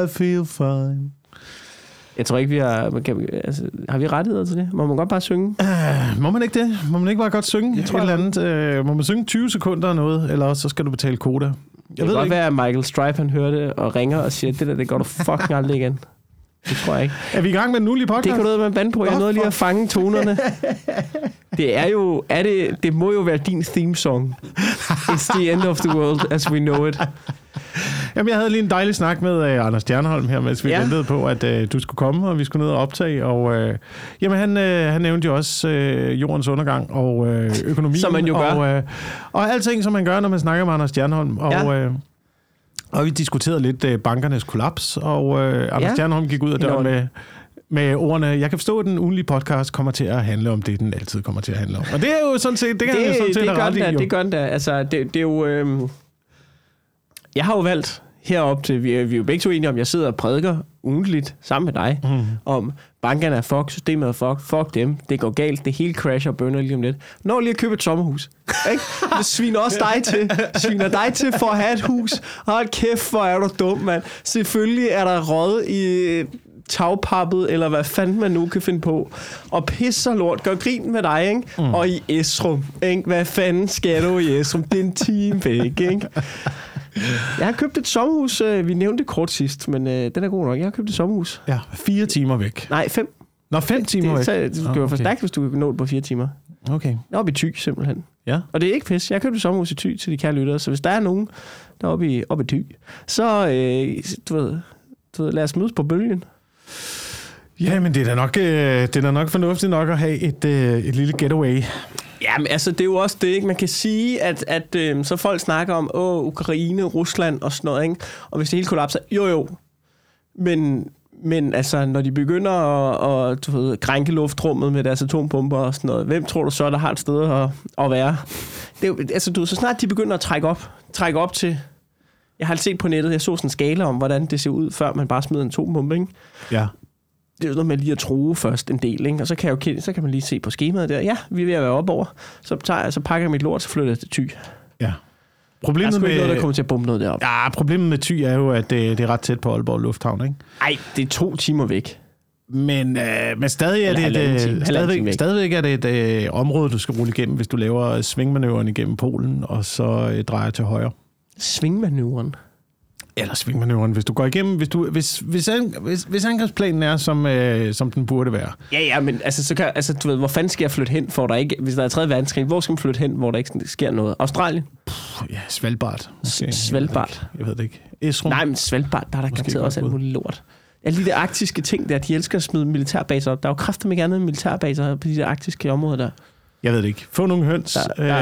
I feel fine. Jeg tror ikke, vi har... har vi rettigheder til det? Må man godt bare synge? Må man ikke det? Må man ikke bare godt synge jeg tror, et eller andet? Må man synge 20 sekunder eller noget, eller også så skal du betale koda? Det kan godt være, at Michael Stripe han hører det og ringer og siger, det går du fucking aldrig igen. Det tror jeg ikke. Er vi i gang med en ulig podcast? Det kan du med en band på. Jeg nåede lige at fange tonerne. Det er jo... Det må jo være din theme song. It's the end of the world as we know it. Jamen, jeg havde lige en dejlig snak med Anders Stjernholm her, mens vi ventede på, at du skulle komme, og vi skulle ned og optage. Og jamen, han nævnte jo også jordens undergang og økonomien. Som man jo gør. Og alting, som man gør, når man snakker med Anders Stjernholm. Og vi diskuterede lidt bankernes kollaps, og Anders Stjernholm gik ud af døren med ordene, jeg kan forstå, at den ugenlige podcast kommer til at handle om det, den altid kommer til at handle om. Og det er jo sådan set, det gør den da. Altså, det er jo... Jeg har jo valgt herop til, vi er jo begge to enige om, jeg sidder og prædiker ugentligt sammen med dig, om bankerne er fuck, systemet er fuck dem, det går galt, det hele crasher og burner lige om lidt. Når lige at købe et sommerhus, ikke? Det sviner også dig til. Det sviner dig til for at have et hus. Hold kæft, hvor er du dum, mand. Selvfølgelig er der råd i tagpappet, eller hvad fanden man nu kan finde på. Og pisser lort, gør grin med dig, ikke? Og i Esrum, ikke? Hvad fanden skal du i Esrum? Det er en time væk, ikke? Jeg har købt et sommerhus. Vi nævnte det kort sidst, men den er god nok. Jeg har købt et sommerhus. Ja, 4 timer væk. Nej, 5. Nå, 5 timer væk. Det skal være for stærkt, hvis du kan nå det på 4 timer. Okay. Jeg er oppe i Thy, simpelthen. Ja. Og det er ikke pis. Jeg har købt et sommerhus i Thy til de kære lyttere, så hvis der er nogen, der er oppe i Thy, så du ved, lad os mødes på bølgen. Ja, men det er da nok fornuftigt nok at have et lille getaway. Ja, men altså, det er jo også det, ikke? Man kan sige, at så folk snakker om, Ukraine, Rusland og sådan noget, ikke? Og hvis det hele kollapser, jo. Men altså, når de begynder at krænke luftrummet med deres atompumper og sådan noget, hvem tror du så, der har et sted at være? Det er jo, altså, så snart de begynder at trække op til... Jeg har set på nettet, jeg så sådan en skala om, hvordan det ser ud, før man bare smider en atompumpe, ikke? Ja. Det er jo noget med lige at true først en del, ikke? Og så kan man lige se på skemaet der. Ja, vi er ved at være oppe over. Så pakker jeg mit lort, så flytter jeg til Thy. Ja. Problemet der er ikke noget, der kommer til at bombe noget deroppe. Ja, problemet med Thy er jo, at det er ret tæt på Aalborg Lufthavn, ikke? Nej, det er 2 timer væk. Men stadig er det stadigvæk er det et område, du skal rulle igennem, hvis du laver svingmanøvren igennem Polen, og så drejer til højre. Svingmanøvren? Eller svingmanøvren, hvis du går igennem, hvis angrebsplanen er, som den burde være. Ja, men altså, du ved, hvor fanden skal jeg flytte hen, for der ikke, hvis der er 3. verdenskrig, hvor skal man flytte hen, hvor der ikke sker noget? Australien? Ja, Svalbard. Okay. Svalbard? Jeg ved det ikke. Esrum? Nej, men Svalbard, der er der garanteret også alt muligt lort. Alle de der arktiske ting der, de elsker at smide militærbaser op. Der er jo kraftedeme gerne militærbaser på de der arktiske områder der. Jeg ved det ikke. Få nogle høns.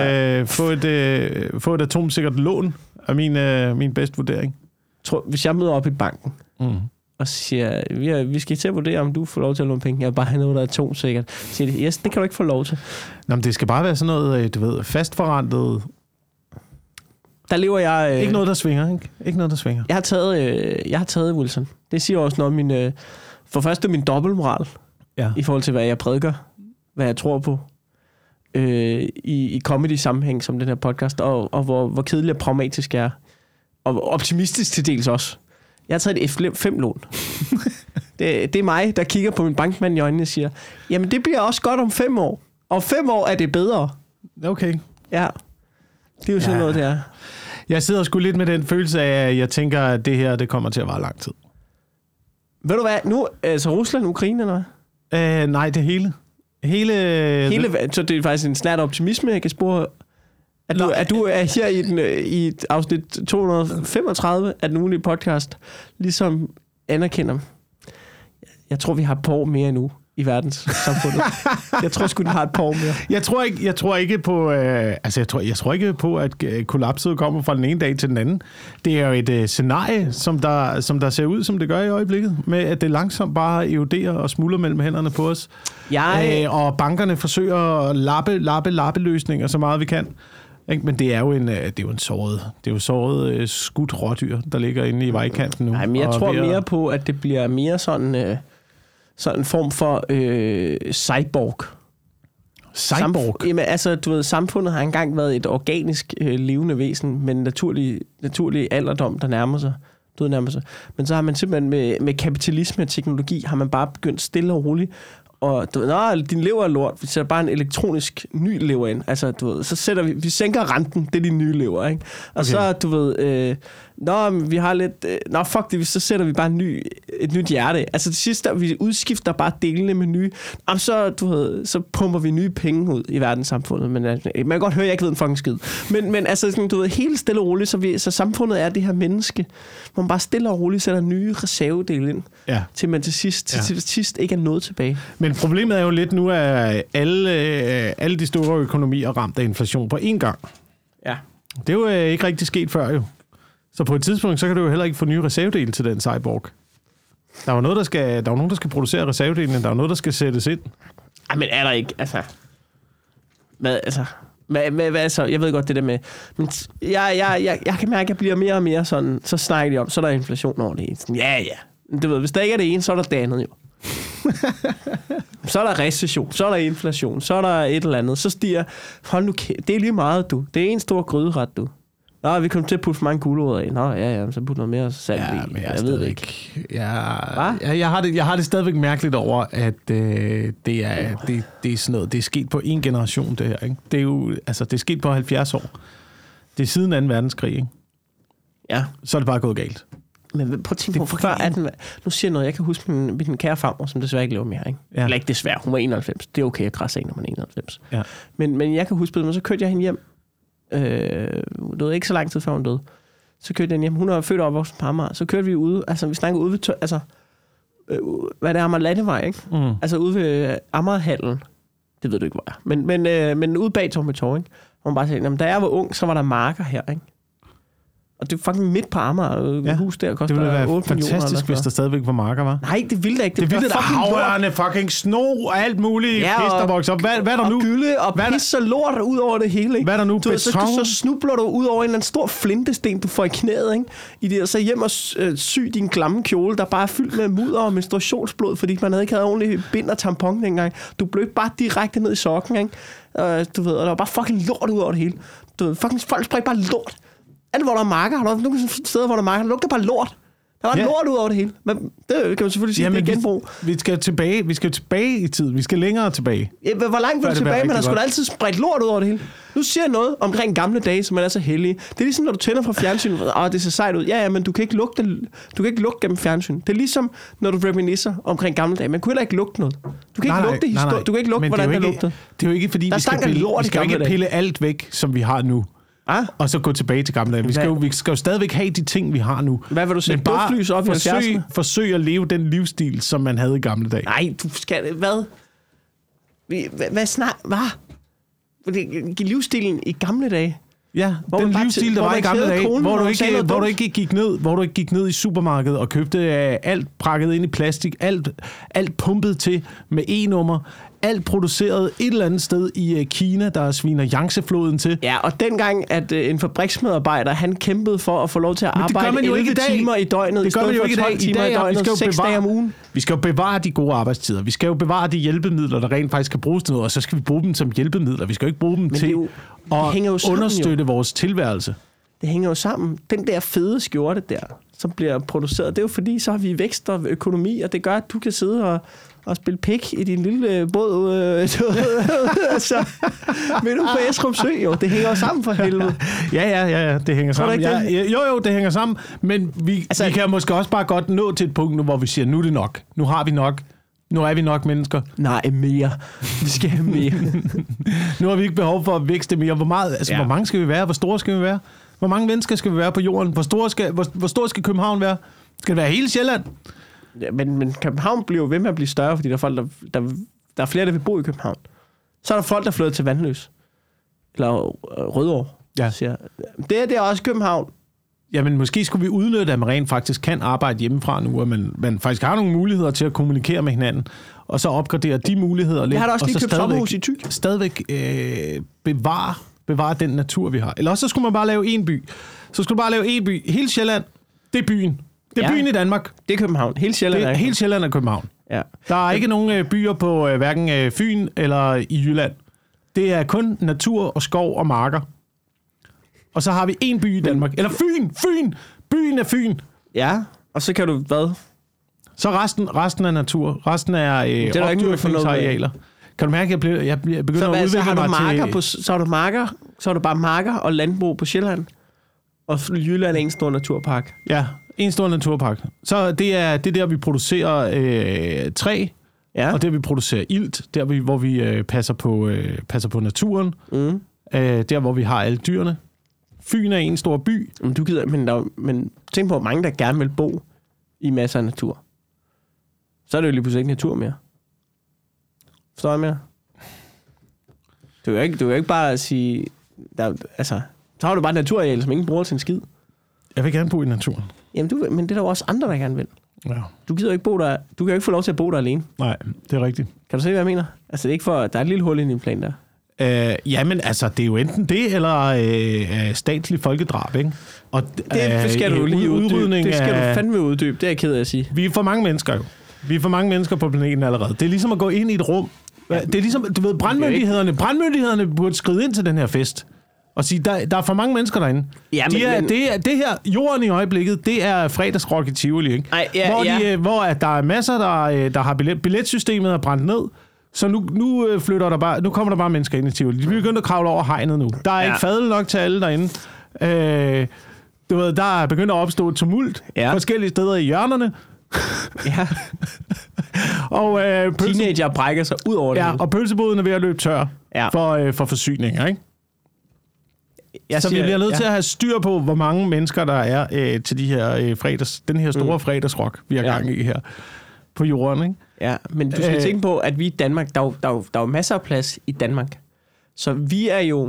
Få et atomsikkert lån er min bedste vurdering. Hvis jeg møder op i banken og siger, vi skal til at vurdere, om du får lov til at låne penge. Jeg vil bare have noget, der er atomsikkert. Så siger de, yes, det kan du ikke få lov til. Nå, men det skal bare være sådan noget, du ved, fastforrentet. Der lever jeg... Ikke noget, der svinger, ikke? Ikke noget, der svinger. Jeg har taget Wilson. Det siger også noget om for først min dobbeltmoral i forhold til, hvad jeg prædiker, hvad jeg tror på i comedy-sammenhæng som den her podcast, og hvor kedelig og pragmatisk jeg er. Og optimistisk til dels også. Jeg har taget et F5-lån. det er mig, der kigger på min bankmand i øjnene og siger, jamen det bliver også godt om 5 år. Om 5 år er det bedre. Okay. Ja. Det er jo sådan noget, det er. Jeg sidder sgu lidt med den følelse af, at jeg tænker, at det her, det kommer til at vare lang tid. Ved du hvad? Nu, altså Rusland, Ukraine, eller hvad? Nej, det hele. Så det er faktisk en snart optimisme, jeg kan spore. At du er her i et afsnit 235 af den ugenlige podcast, ligesom anerkender. Jeg tror, vi har et par år mere endnu i verdenssamfundet. Jeg tror sgu, den har et par år mere. Jeg tror ikke på, jeg tror ikke på, at kollapset kommer fra den ene dag til den anden. Det er jo et scenarie, som der ser ud, som det gør i øjeblikket, med at det langsomt bare eroderer og smuldrer mellem hænderne på os. Og bankerne forsøger at lappe løsninger så meget vi kan. Men det er jo en såret skudt rådyr, der ligger inde i vejkanten nu. Nej, men jeg tror mere på, at det bliver mere sådan en form for cyborg. Cyborg? Jamen, altså, du ved, samfundet har engang været et organisk levende væsen, men naturlig alderdom, der nærmer sig. Du ved nærmest. Men så har man simpelthen med kapitalisme og teknologi, har man bare begyndt stille og roligt. Og du ved, din lever er lort, vi sætter bare en elektronisk ny lever ind. Altså, du ved, så sætter vi sænker renten, det er de nye lever, ikke? Og okay. Så, du ved, vi har lidt, fuck det, så sætter vi bare et nyt hjerte. Altså, det sidste, vi udskifter bare delene med nye. Så, du ved, så pumper vi nye penge ud i verdenssamfundet. Men man kan godt høre, at jeg ikke ved en fucking skid. Men altså, du ved, helt stille og roligt, så samfundet er det her menneske, hvor man bare stille og roligt sætter nye reservedele ind, til man til sidst ikke er noget tilbage. Men problemet er jo lidt nu, at alle de store økonomier er ramt af inflation på én gang. Ja. Det er jo ikke rigtig sket før jo. Så på et tidspunkt, så kan du jo heller ikke få nye reservedele til den cyborg. Der er jo nogen, der skal producere reservedelene. Der er jo noget, der skal sættes ind. Ej, men er der ikke, altså... Hvad så? Jeg ved godt det der med... Men jeg kan mærke, at jeg bliver mere og mere sådan... Så snakker de om, så er der inflation over det ene. Sådan, ja. Du ved, hvis der ikke er det ene, så er der det andet jo. Så er der recession, så er der inflation, så er der et eller andet. Så stiger... Hold nu kæft, det er lige meget, du. Det er en stor gryderet, du. Nå, vi kommer til at putte for mange gulerødder i. Nå, ja, så putte noget mere salt i. Men jeg ved det ikke. Jeg har det stadigvæk mærkeligt over, at det er sådan noget. Det er sket på en generation, det her. Ikke? Det er jo, altså, det er sket på 70 år. Det er siden 2. verdenskrig, ikke? Ja. Så er det bare gået galt. Men prøv at tænke på, før 18... Nu siger jeg noget, jeg kan huske min kære farmor, som desværre ikke lever mere, ikke? Ja. Eller ikke desværre, hun var 91. Det er okay at krasse af, når man er 91. Ja. Men jeg kan huske, men så kørte jeg hende hjem. Det var ikke så lang tid før hun døde. Så kørte jeg hjem. Hun er født og opvokset på Amager. Så kørte vi ude, altså vi snakkede ude ved hvad det er, Amager Landevej, ikke? Mm. Altså ude ved Amagerhallen. Det ved du ikke, hvor er. Men ude bag Tormø Torv, ikke? Hvor man bare sagde, da jeg var ung, så var der marker her, ikke? Og det er fucking midt på Amager. Hus der koster 8 millioner. Det ville være fantastisk, hvis der stadigvæk var marker, var? Nej, det ville da ikke. Det ville da havørne, fucking sno og alt muligt. Ja, pis, der vokser op. Hvad er der nu? Og gylde og pis og lort ud over det hele, ikke? Hvad er der nu? Beton? Så snubler du ud over en eller anden stor flintesten, du får i knæet, ikke? I det, og så hjem og sy din klamme kjole, der bare er fyldt med mudder og menstruationsblod, fordi man havde ikke havde ordentligt bind og tampon dengang. Du blev bare direkte ned i sokken, ikke? Du ved, og der var bare fucking lort ud over det hele. Du ved, fucking folk spreder bare lort. Alt, hvor der er marker. Har du nogle steder, hvor der er marker? Der lugter bare lort. Der var lort ud over det hele. Men det kan man selvfølgelig sige, det er genbrug. Vi skal tilbage i tid. Vi skal længere tilbage. Ja, hvor langt vil du tilbage? Men der skulle altid spredt lort ud over det hele. Nu siger jeg noget omkring gamle dage, som man er så heldig. Det er ligesom, når du tænder fra fjernsynet. Det ser sejt ud. Ja, men du kan ikke lugte gennem fjernsyn. Det er ligesom, når du reminiscer omkring gamle dage. Man kunne heller ikke lugte noget. Du kan ikke lugte historie. Du kan ikke lugte, hvordan det lugtede. Det er jo ikke, fordi vi skal ikke pille alt væk, som vi har nu. Og så gå tilbage til gamle dage. Vi skal jo stadigvæk have de ting, vi har nu. Hvad vil du sige? Duftlys op i 70'erne? Forsøg at leve den livsstil, som man havde i gamle dage. Nej, du skal... Hvad? Hvad snak? Hvad? Livsstilen i gamle dage? Ja, den livsstil, der var i gamle dage, hvor du ikke gik ned i supermarkedet og købte alt prakket ind i plastik, alt pumpet til med E-nummer, alt produceret et eller andet sted i Kina, der sviner Yangtze-floden til. Ja, og dengang, at en fabriksmedarbejder, han kæmpede for at få lov til at arbejde 11 timer i døgnet, det gør man jo ikke i dag. Timer i døgnet, 6 dage om ugen. Vi skal jo bevare de gode arbejdstider. Vi skal jo bevare de hjælpemidler, der rent faktisk kan bruges til noget, og så skal vi bruge dem som hjælpemidler. Vi skal jo ikke bruge dem til at understøtte vores tilværelse. Det hænger jo sammen. Den der fede skjorte der, som bliver produceret, det er jo fordi, så har vi vækst og økonomi, og det gør, at du kan sidde og spille pik i din lille båd. Så, men du på Esrum Sø, jo. Det hænger jo sammen for helvede. Ja, det hænger sammen. Jo, det hænger sammen. Men vi kan måske også bare godt nå til et punkt nu, hvor vi siger, nu er det nok. Nu har vi nok. Nu er vi nok mennesker. Nej, mere. Vi skal have mere. Nu har vi ikke behov for at vækste mere. Hvor mange skal vi være? Hvor store skal vi være? Hvor mange mennesker skal vi være på jorden? Hvor stor skal København være? Skal det være hele Sjælland? Ja, men København bliver jo ved med at blive større, fordi der er folk, der er flere, der vil bo i København. Så er der folk, der flytter til Vandløs. Eller Rødovre. Ja. Det er også København. Jamen, måske skulle vi udnytte, at man rent faktisk kan arbejde hjemmefra nu, og man faktisk har nogle muligheder til at kommunikere med hinanden, og så opgradere de muligheder lidt. Jeg har da også lige købt sommerhus i Thy. Stadigvæk bevare den natur, vi har. Eller også så skulle man bare lave en by. Så skulle du bare lave en by. Hele Sjælland, det er byen. Det er byen i Danmark. Det er København. Hele Sjælland er København. Ja. Der er ikke nogen byer på hverken Fyn eller i Jylland. Det er kun natur og skov og marker. Og så har vi en by i Danmark. Eller Fyn! Byen er Fyn. Ja, og så kan du hvad? Så resten er natur. Resten er opdyrkningsarealer. Kan du mærke, at jeg begynder at udvikle mig til... Så har du bare marker og landbrug på Sjælland, og Jylland er en stor naturpark. Ja, en stor naturpark. Så det er der, vi producerer træ, og der vi producerer ilt, der hvor vi passer på naturen, der hvor vi har alle dyrene. Fyn er en stor by. Men tænk på, hvor mange der gerne vil bo i masser af natur. Så er det jo lige pludselig ikke natur mere. Forstår jeg mere? Du kan jo ikke bare sige... så har du bare et naturareal, som ingen bruger til en skid. Jeg vil gerne bo i naturen. Jamen, men det er der jo også andre, der gerne vil. Ja. Du gider jo ikke bo der. Du kan jo ikke få lov til at bo der alene. Nej, det er rigtigt. Kan du se, hvad jeg mener? Altså, det er ikke for... Der er et lille hul i din plan der. Jamen, altså, det er jo enten det, eller statslig folkedrab, ikke? Og, det skal du lige uddybe. Det skal du fandme uddybe. Det er jeg ked af at sige. Vi er for mange mennesker jo. Vi er for mange mennesker på planeten allerede. Det er ligesom at gå ind i et rum. Det er ligesom, du ved, brandmyndighederne burde skride ind til den her fest. Og sige, der er for mange mennesker derinde. Ja, det her, jorden i øjeblikket, det er fredagsrock i Tivoli, ikke? Hvor der er masser, der har billetsystemet er brændt ned. Så nu kommer der bare mennesker ind i Tivoli. De begynder at kravle over hegnet nu. Der er ikke fadel nok til alle derinde. Du ved, der er begyndt at opstå et tumult forskellige steder i hjørnerne. Ja. Og teenager brækker sig ud over det. Ja, og pølseboden er ved at løbe tør for forsyninger, ikke? Så vi bliver nødt til at have styr på, hvor mange mennesker der er til de her den her store fredagsrock, vi har gang i her på jorden, ikke? Ja, men du skal tænke på, at vi i Danmark, der er jo masser af plads i Danmark. Så vi er jo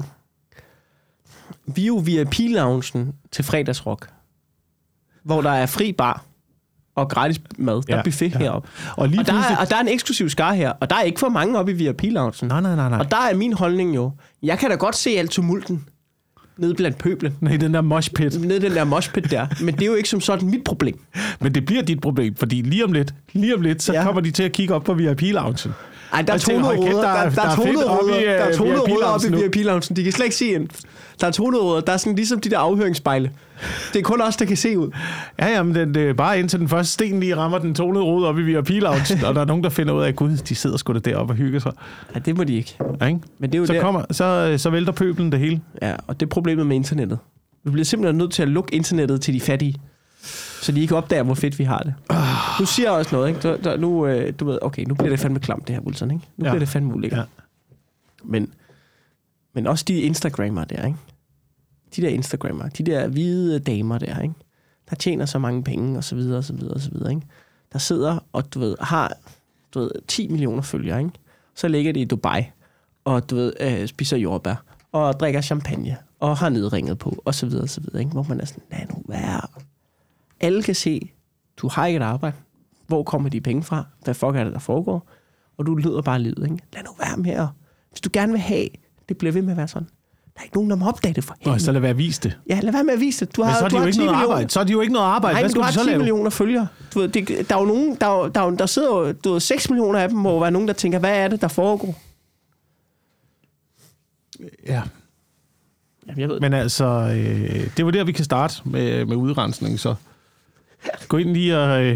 VIP-loungen til fredagsrock, hvor der er fri bar og gratis mad. Der er buffet heroppe. Og der er en eksklusiv skare her, og der er ikke for mange oppe i VIP-loungen. Nej. Og der er min holdning jo, jeg kan da godt se alt tumulten nede blandt pøblen. Nede i den der moshpit. Nede i den der moshpit der. Men det er jo ikke som sådan mit problem. Men det bliver dit problem, fordi lige om lidt, så kommer de til at kigge op på VIP-loungen. Ej, der er tonede rødder. Der er tonede rødder oppe i VIP-loungen. De kan slet ikke se ind. Der er tonede rødder. Der er sådan ligesom de der afhøringsspejle. Det er kun os, der kan se ud. Ja, men det er bare indtil den første sten lige rammer den tonede rød op i VIP-loungen, og der er nogen, der finder ud af, at gud, de sidder sgu da deroppe og hygger sig. Ja, det må de ikke. Ja, ikke? Men det er jo så vælter pøblen det hele. Ja, og det er problemet med internettet. Vi bliver simpelthen nødt til at lukke internettet til de fattige, så de ikke opdager, hvor fedt vi har det. Du siger også noget, ikke? Nu ved, okay, nu bliver det fandme klamt, det her, Wilson, ikke? Nu bliver det fandme ulækkert. Ja. Men også de Instagrammer der, ikke? De der Instagrammer, de der hvide damer der, ikke? Der tjener så mange penge, og så videre, og så videre, og så videre, ikke? Der sidder og, har 10 millioner følgere, ikke? Så ligger de i Dubai, og spiser jordbær, og drikker champagne, og har nedringet på, og så videre, ikke? Hvor man er sådan, lad nu være. Alle kan se, du har ikke et arbejde. Hvor kommer de penge fra? Hvad fuck er det, der foregår? Og du lyder bare livet, ikke? Lad nu være med at... Hvis du gerne vil have, det bliver ved med at være sådan. Der er ikke nogen, der må opdage det for helvede. Så lad være at vise det. Ja, lad være med at vise det. Men så er de jo ikke noget arbejde. Så er de jo ikke noget arbejde. Nej, hvad skal du har 10 millioner følgere. Du ved, der er jo nogen, der sidder jo 6 millioner af dem, må være nogen, der tænker, hvad er det, der foregår? Ja. Jamen, jeg ved. Men altså, det var der, vi kan starte med udrensning, så gå ind lige og...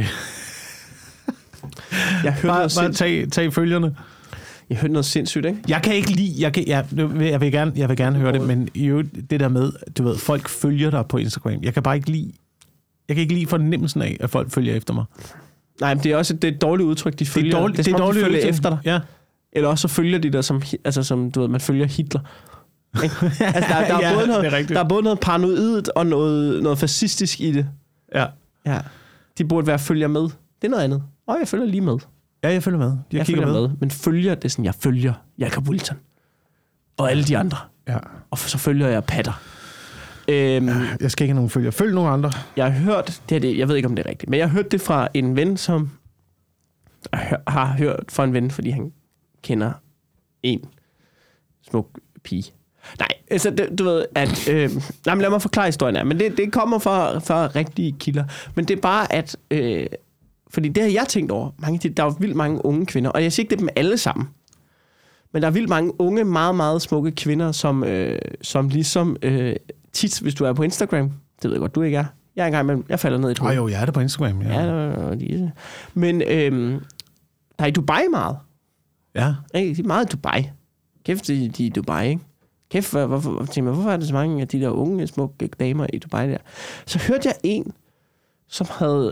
Jeg bare tag følgerne. Jeg hørte noget sindssygt, ikke? Jeg kan ikke lide... Jeg vil gerne høre det, men jo det der med, du ved, folk følger dig på Instagram. Jeg kan ikke lide fornemmelsen af, at folk følger efter mig. Nej, men det er også et dårligt udtryk, de følger. Det er dårligt de følger efter dig. Ja. Eller også så følger de dig som du ved, man følger Hitler. Altså, der er både noget paranoidt og noget fascistisk i det. Ja. De burde være følger med. Det er noget andet. Jeg følger lige med. Ja, jeg følger med. Jeg følger med. Men følger, det er sådan, jeg følger Jacob Wilson. Og alle de andre. Ja. Og så følger jeg Patter. Jeg skal ikke have nogen følger. Følg nogle andre. Jeg har hørt, jeg ved ikke, om det er rigtigt, men jeg har hørt det fra en ven, som har hørt fra en ven, fordi han kender en smuk pige. Nej, altså, du ved, at... nej, men lad mig forklare historien her. Men det kommer fra rigtige kilder. Men det er bare, at... fordi det har jeg tænkt over. Der er jo vildt mange unge kvinder, og jeg siger ikke, det er dem alle sammen. Men der er vildt mange unge, meget, meget smukke kvinder, som ligesom tit, hvis du er på Instagram, det ved jeg godt, du ikke er. Jeg falder ned i et hul. Jo, jeg er det på Instagram. Ja, men der er i Dubai meget. Ja. De er meget i Dubai. Kæft, de er i Dubai, ikke? Kæft, hvorfor er der så mange af de der unge, smukke damer i Dubai der? Så hørte jeg en, som havde...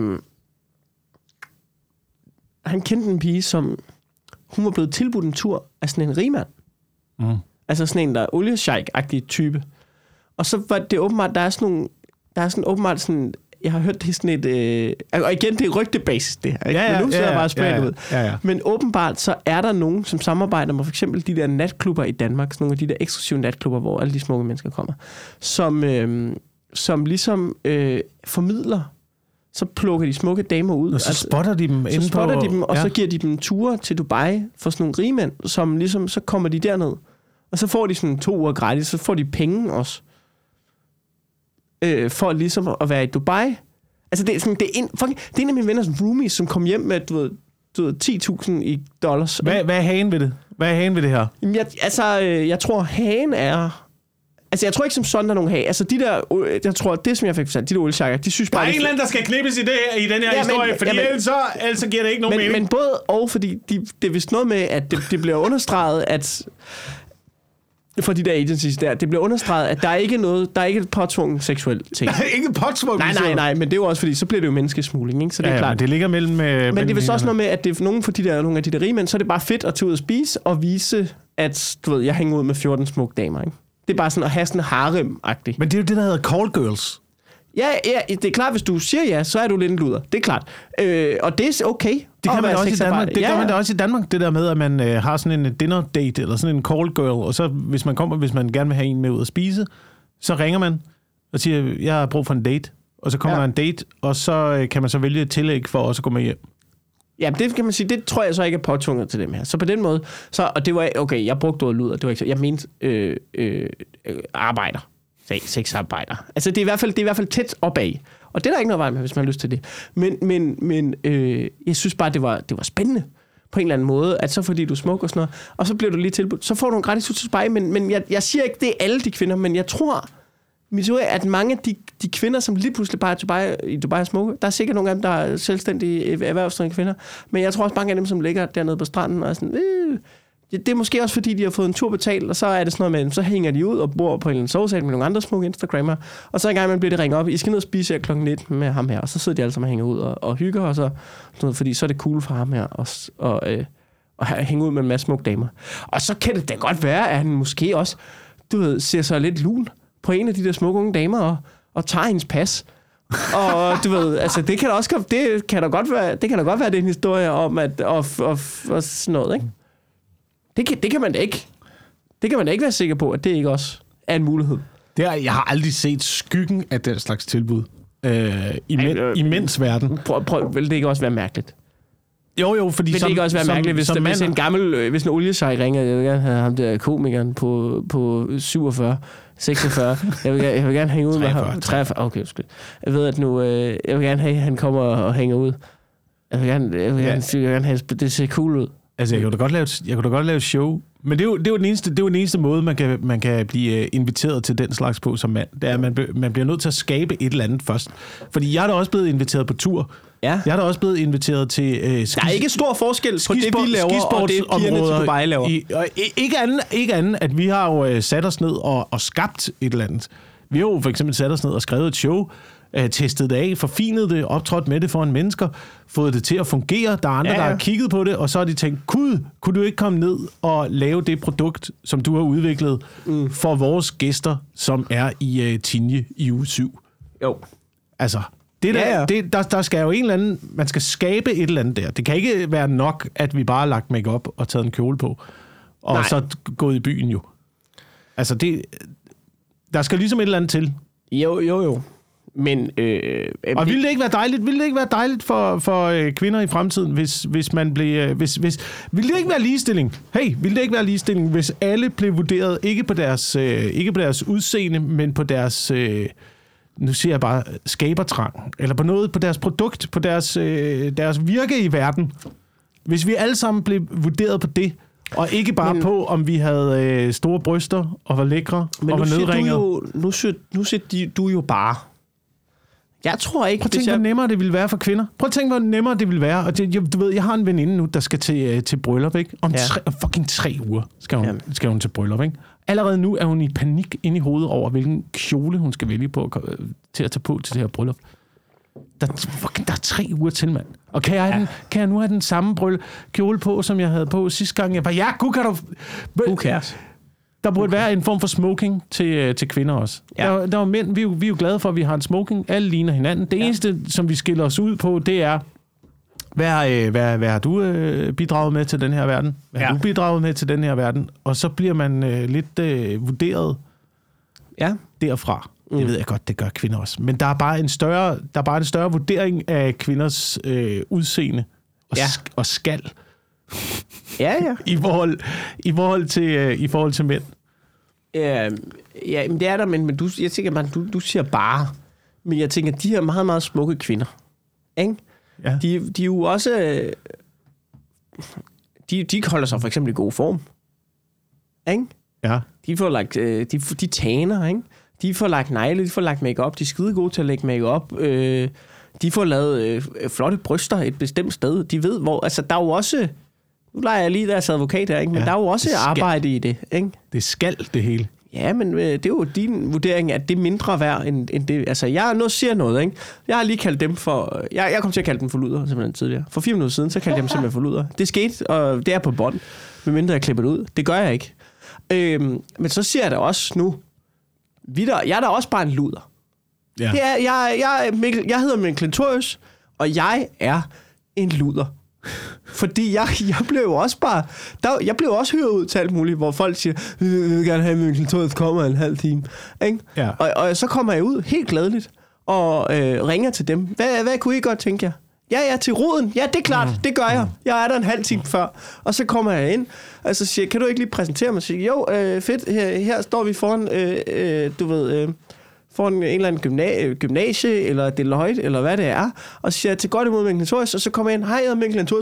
han kendte en pige, som... Hun var blevet tilbudt en tur af sådan en rigmand. Mm. Altså sådan en, der er oliesheik-agtig type. Og så var det åbenbart, der er sådan åbenbart sådan... Jeg har hørt det sådan et... og igen, det er rygtebasis, det her. Ikke? Men nu sidder jeg bare og spredt ud. Ja. Men åbenbart, så er der nogen, som samarbejder med for eksempel de der natklubber i Danmark, sådan nogle af de der eksklusive natklubber, hvor alle de smukke mennesker kommer, som ligesom formidler, så plukker de smukke damer ud. Og så spotter de dem. Så spotter de dem, og så giver de dem ture til Dubai for sådan nogle rigmænd, som ligesom, så kommer de derned. Og så får de sådan 2 uger gratis, så får de penge også. For ligesom at være i Dubai. Altså det er sådan, det er en af mine venners roomies, som kom hjem med, du ved, $10,000 i dollars. Hvad er hagen ved det? Hvad er hagen ved det her? Jamen, jeg tror, hagen er... Altså, jeg tror ikke som sådan, der er nogen hage. Altså, de der... Jeg tror, det som jeg fik fortalt, de der olieshakker, de synes bare... Der er en eller anden, der skal knippes i den her historie, fordi ellers giver det ikke nogen mening. Men både og, fordi det er vist noget med, at det bliver understreget, at... For de der agencies der, det bliver understreget, at der er ikke et påtvunget seksuel ting. Ikke påtvunget? Nej, men det er jo også fordi, så bliver det jo menneskesmugling, ikke? Så det er klart. Men det ligger mellem... Men det er vist også noget med, at det er nogle af de der rige mænd, så er det bare fedt at tage ud og spise og vise, at du ved, jeg hænger ud med 14 smukke damer, ikke? Det er bare sådan at have sådan harem-agtigt. Men det er jo det, der hedder call girls. Ja, det er klart, hvis du siger ja, så er du lidt en luder. Det er klart. Og det er okay. Det kan man også i Danmark. Det gør man da også i Danmark, det der med, at man har sådan en dinner date, eller sådan en call girl, og så hvis man gerne vil have en med ud at spise, så ringer man og siger, jeg har brug for en date, og så kommer der en date, og så kan man så vælge et tillæg for også at gå med hjem. Ja, det kan man sige, det tror jeg så ikke er påtvunget til dem her. Så på den måde, og det var, okay, jeg brugte ordet luder, det var ikke så, jeg mente arbejder. Sexarbejder. Altså, det er i hvert fald tæt opad. Og det er der ikke noget vej med, hvis man har lyst til det. Men jeg synes bare, det var spændende på en eller anden måde, at så fordi du er smuk og sådan noget, og så bliver du lige tilbudt, så får du en gratis tur til Dubai, men jeg siger ikke, det er alle de kvinder, men jeg tror, at mange af de kvinder, som lige pludselig bare er i Dubai er smukke, der er sikkert nogle af dem, der er selvstændige erhvervsdrivende kvinder, men jeg tror også mange af dem, som ligger dernede på stranden og er sådan, det er måske også fordi, de har fået en tur betalt, og så er det sådan noget med, så hænger de ud og bor på en sovesal med nogle andre smukke Instagrammer, og så en gang man bliver det ringet op, I skal ned og spise her klokken 19 med ham her, og så sidder de alle sammen og hænger ud og hygger, og så, fordi så er det cool for ham her og hænge ud med en masse smukke damer. Og så kan det da godt være, at han måske også, du ved, ser sig lidt lun på en af de der smukke unge damer og tager hendes pas. Og du ved, altså det kan da godt være, det er en historie om at og sådan noget, ikke? Det kan man da ikke. Det kan man da ikke være sikker på, at det ikke også er en mulighed. Jeg har aldrig set skyggen af den slags tilbud i mænds verden. Vil det ikke også være mærkeligt? Jo, fordi vil det ikke også være mærkeligt, hvis en oliesej ringer, jeg vil gerne have ham der komikeren på 47, 46. Jeg vil gerne hænge ud med ham. 43. Okay, jeg ved, at nu jeg vil gerne have, at han kommer og hænger ud. Jeg vil gerne have, det ser cool ud. Altså, jeg kunne da godt lave et show, men det er jo den eneste måde, man kan blive inviteret til den slags på som mand. Det er, at man bliver nødt til at skabe et eller andet først. Fordi jeg er da også blevet inviteret på tur. Ja. Jeg er da også blevet inviteret til... der er ikke stor forskel på det, vi laver, og det pigerne til Dubai laver. Ikke andet, at vi har jo sat os ned og skabt et eller andet. Vi har jo for eksempel sat os ned og skrevet et show, testet det af, forfinet det, optrådt med det foran mennesker, fået det til at fungere. Der er andre, der har kigget på det, og så har de tænkt, kunne du ikke komme ned og lave det produkt, som du har udviklet for vores gæster, som er i Tinje i uge 7? Jo. Altså, der skal jo en eller anden... Man skal skabe et eller andet der. Det kan ikke være nok, at vi bare har lagt make-up og taget en kjole på, og så gået i byen jo. Altså, der skal ligesom et eller andet til. Jo. Men, og ville det ikke være dejligt for kvinder i fremtiden, hvis man blev... Ville det ikke være ligestilling? Hey, ville det ikke være ligestilling, hvis alle blev vurderet ikke på deres udseende, men på deres... nu siger jeg bare skabertrang, eller på noget, på deres produkt, på deres virke i verden. Hvis vi alle sammen blev vurderet på det, og ikke bare på, om vi havde store bryster, og var lækre, og var nedringede. Nu siger du jo bare, Jeg tror ikke... Prøv at tænke, hvor nemmere det ville være for kvinder. Prøv at tænke, hvor nemmere det ville være. Og du ved, jeg har en veninde nu, der skal til bryllup, ikke? Om fucking 3 uger skal hun til bryllup, ikke? Allerede nu er hun i panik inde i hovedet over, hvilken kjole hun skal vælge på til at tage på til det her bryllup. Der er 3 uger til, mand. Og kan jeg nu have den samme kjole på, som jeg havde på sidste gang? Jeg bare, gud, kan du... Who cares? Der burde være en form for smoking til kvinder også. Ja. Der var mænd, vi er jo glade for, at vi har en smoking. Alle ligner hinanden. Det eneste, som vi skiller os ud på, det er, hvad har du bidraget med til den her verden? Hvad har du bidraget med til den her verden? Og så bliver man lidt vurderet derfra. Det ved jeg godt, det gør kvinder også. Men der er bare en større vurdering af kvinders udseende og skal. Ja. I forhold til mænd. Ja, men det er der, men jeg tænker, du siger bare. Men jeg tænker, de her meget, meget smukke kvinder, ikke? Ja. De er jo også... De holder sig for eksempel i god form. Ikke? Ja. De får lagt... De taner, ikke? De får lagt negle, de får lagt make-up. De er skide gode til at lægge make-up. De får lavet flotte bryster et bestemt sted. De ved, hvor... Altså, der er jo også... Nu leger jeg lige deres advokat her, ikke? Men der er jo også arbejde i det, ikke? Det skal det hele. Ja, men det er jo din vurdering, at det er mindre værd end det. Altså, jeg nu siger noget, ikke? Jeg har lige kaldt dem for... Jeg kom til at kalde dem for luder, simpelthen tidligere. For 4 minutter siden, så kaldte jeg dem simpelthen for luder. Det skete, og det er på bånd. Medmindre jeg klipper det ud. Det gør jeg ikke. Men så siger jeg da også nu... Jeg er da også bare en luder. Ja. Det er, jeg hedder Mikkel Klintorius, og jeg er en luder. Fordi jeg blev jo også bare... jeg blev også hørt ud til alt muligt, hvor folk siger, vi vil gerne have, at Mikkel Klintorius kommer en halv time. Ikke? Ja. Og så kommer jeg ud helt gladeligt og ringer til dem. Hvad kunne I godt tænke jer? Ja, til roden. Ja, det er klart, det gør jeg. Jeg er der en halv time før. Og så kommer jeg ind, og så siger kan du ikke lige præsentere mig? Og siger, jo, fedt, her står vi foran, foran en eller anden gymnasie, eller Deloitte, eller hvad det er, og så siger jeg til godt imod Mikkel Klintorius, og så kommer jeg ind, hej, jeg hedder Mikkel Klintorius,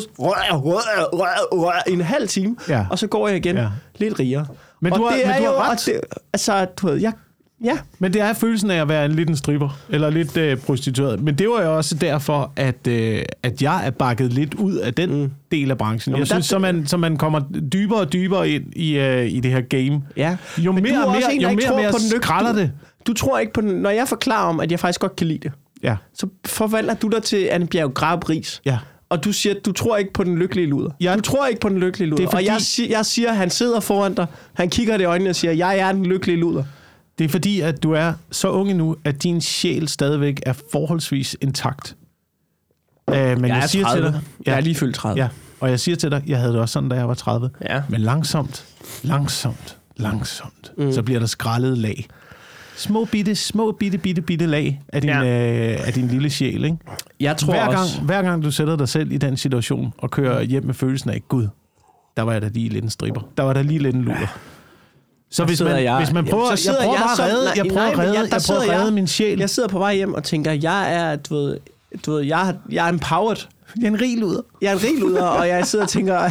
i en halv time, og så går jeg igen lidt rigere. Men du har ret. Ja. Men det er følelsen af at være en liten stripper, eller lidt prostitueret. Men det var jo også derfor, at jeg er bakket lidt ud af den del af branchen. Jeg synes, så man kommer dybere og dybere ind i det her game. Ja. Jo mere og mere skralder det. Du tror ikke på den. Når jeg forklarer om, at jeg faktisk godt kan lide det, så forvandler du dig til Anne Bjerg Grab-Ris. Ja. Og du siger, du tror ikke på den lykkelige luder. Du tror ikke på den lykkelige luder. Fordi... Og jeg siger, han sidder foran dig, han kigger dig i øjnene og siger, jeg er den lykkelige luder. Det er fordi, at du er så ung nu, at din sjæl stadigvæk er forholdsvis intakt. Men jeg siger 30. Til dig... Ja, jeg er lige fyldt 30. Ja, og jeg siger til dig, jeg havde det også sådan, da jeg var 30. Ja. Men langsomt, så bliver der skrællet lag. Små bitte lag af din lille sjæl, ikke? Jeg tror hver gang du sætter dig selv i den situation og kører hjem med følelsen af, Gud, der var jeg da lige lidt en stripper. Der var der lige lidt en luder. Ja. Så hvis man prøver, jeg prøver at redde min sjæl. Jeg sidder på vej hjem og tænker, jeg er empowered. Jeg er en rig luder. Og jeg sidder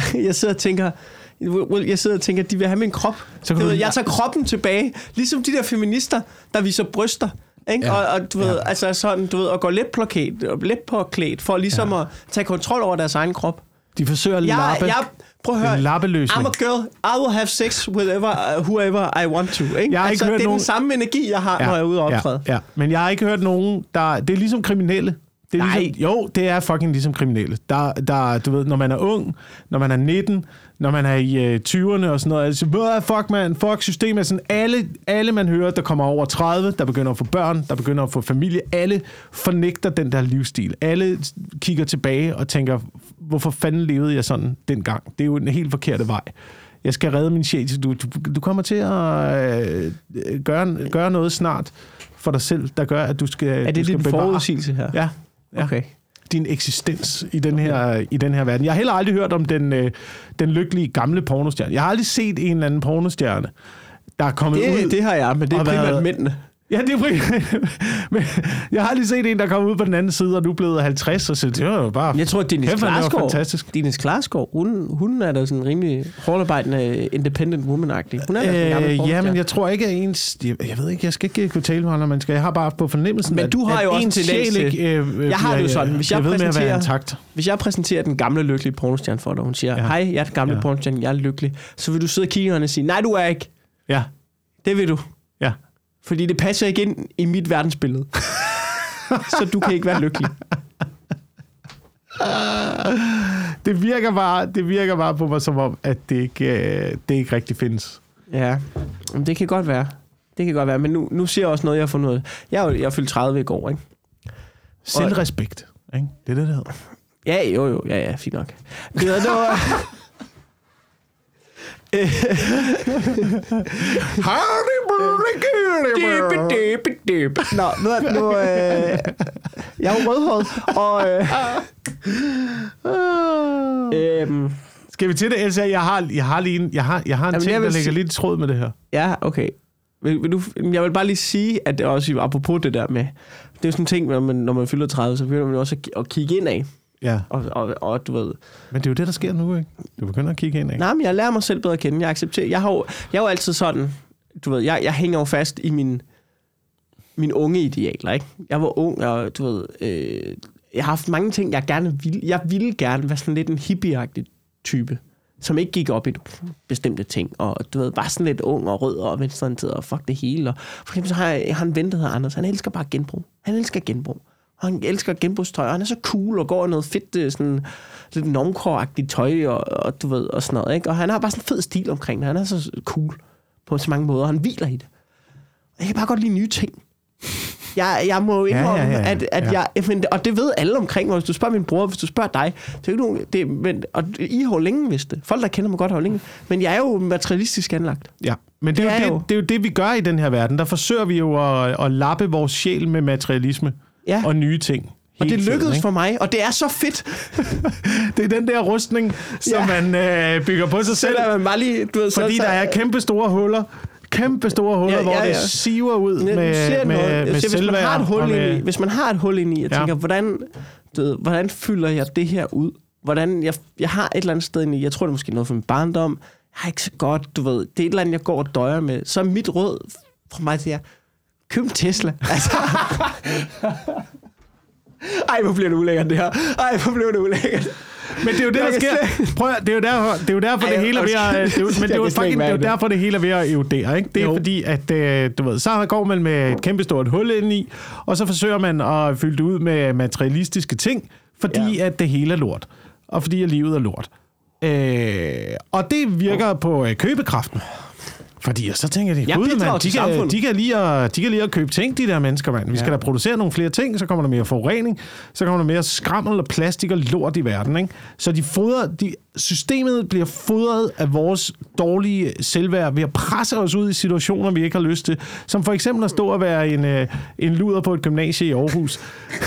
og tænker, de vil have min krop. Jeg tager kroppen tilbage. Ligesom de der feminister, der viser bryster. Ikke? Ja. Og du ved, altså sådan, du ved, at gå let påklædt for ligesom at tage kontrol over deres egen krop. De forsøger at prøv at høre, I'm a girl, I will have sex with whoever I want to. Ikke? Jeg har ikke hørt det er den samme energi, jeg har, når jeg er ude og optræde. Ja. Men jeg har ikke hørt nogen, det er ligesom kriminelle. Det er ligesom, jo, det er fucking ligesom kriminelle. Der, du ved, når man er ung, når man er 19, når man er i 20'erne og sådan noget, altså, fuck man, fuck systemet, sådan alle man hører, der kommer over 30, der begynder at få børn, der begynder at få familie, alle fornægter den der livsstil. Alle kigger tilbage og tænker, hvorfor fanden levede jeg sådan dengang? Det er jo en helt forkerte vej. Jeg skal redde min sjæl. Du kommer til at gøre noget snart for dig selv, der gør, at du skal bevare. Er det din forudsigelse her? Ja. Okay. Din eksistens i den her verden. Jeg har heller aldrig hørt om den lykkelige gamle pornostjerne. Jeg har aldrig set en eller anden pornostjerne, der er kommet ud. Det har jeg, men det er primært mændene. Ja, det er jeg har lige set en, der kom ud på den anden side, og nu er blevet 50, og så det var jo bare... Jeg tror, at Dennis Klarskov, hun er da sådan en rimelig hårdarbejdende independent woman-agtig. Hun er ja, men jeg tror ikke, at ens... Jeg ved ikke, jeg skal ikke kunne tale med andre mennesker. Jeg har bare på fornemmelsen, men du har jo også en tendens til... Jeg har det jo sådan, hvis jeg præsenterer den gamle lykkelige pornostjerne for dig, hun siger, hej, jeg er den gamle pornostjerne, jeg er lykkelig, så vil du sidde og kigge og sige, nej, du er ikke. Ja. Det vil du. Ja. Fordi det passer ikke ind i mit verdensbillede. Så du kan ikke være lykkelig. Det virker bare på mig som om, at det ikke rigtig findes. Ja, men det kan godt være. Det kan godt være, men nu siger jeg også noget, jeg har fundet ud af. Jeg fyldte 30 i går, ikke? Selvrespekt, ikke? Det er det hedder. Ja, jo. Ja, fint nok. Det var... Nå, nu jeg er jo rødhåret, og skal vi til det, Elsa? Jeg har en ting, der ligger lidt i tråd med det her. Ja, okay. Jeg vil bare lige sige, at det også apropos det der med, det er jo sådan en ting, når man fylder 30, så begynder man også at kigge indad. Ja. Og du ved... Men det er jo det, der sker nu, ikke? Du begynder at kigge ind, ikke? Nej, men jeg lærer mig selv bedre at kende. Jeg accepterer... Jeg er jo altid sådan... Du ved, jeg hænger jo fast i min unge idealer, ikke? Jeg var ung, og du ved... jeg har haft mange ting, jeg gerne ville... Jeg ville gerne være sådan lidt en hippie-agtig type, som ikke gik op i bestemte ting, og du ved, var sådan lidt ung og rød og venstreorienteret og fuck det hele. Og for eksempel så har jeg en ven, der hedder Anders. Han elsker bare genbrug. Han elsker genbrug. Og han elsker genbrugstøj, og han er så cool og går i noget fedt, sådan lidt normcore-agtigt tøj, og du ved, og sådan noget, ikke? Og han har bare sådan en fed stil omkring det. Han er så cool på så mange måder. Han hviler i det. Og jeg kan bare godt lide nye ting. Jeg må indrømme, at jeg... Og det ved alle omkring mig. Hvis du spørger min bror, hvis du spørger dig, det er ikke nogen... Men, og I har jo længe vidst det. Folk, der kender mig godt, har jo længe. Men jeg er jo materialistisk anlagt. Ja, men det er jo det, vi gør i den her verden. Der forsøger vi jo at lappe vores sjæl med materialisme og nye ting. Og det lykkedes for mig, og det er så fedt. Det er den der rustning, som man bygger på sig selv. Man bare lige, du ved, fordi der er kæmpe store huller, hvor det siver ud med selvværd. Hvis man har et hul ind i, jeg tænker, hvordan fylder jeg det her ud? Hvordan jeg har et eller andet sted inde i, jeg tror det er måske noget fra min barndom, jeg har ikke så godt, du ved, det er et eller andet, jeg går og døjer med. Så mit råd fra mig til jer, køb en Tesla. Altså... Ej, hvor bliver det ulækkert, det her. Ej, hvor bliver det ulækkert. Men det er jo det, der sker. Prøv at, det er jo derfor, det hele er ved at... Men det er jo derfor, det hele er ved at erodere, ikke? Det er fordi, at du ved, så går man med et kæmpestort hul ind i, og så forsøger man at fylde det ud med materialistiske ting, fordi at det hele er lort. Og fordi at livet er lort. Og det virker på købekraften. Fordi så tænker de, de kan lige at købe ting, de der mennesker, mand. Vi skal da producere nogle flere ting, så kommer der mere forurening, så kommer der mere skrammel og plastik og lort i verden, ikke? Så systemet bliver fodret af vores dårlige selvværd ved at presse os ud i situationer, vi ikke har lyst til. Som for eksempel at stå og være en luder på et gymnasie i Aarhus.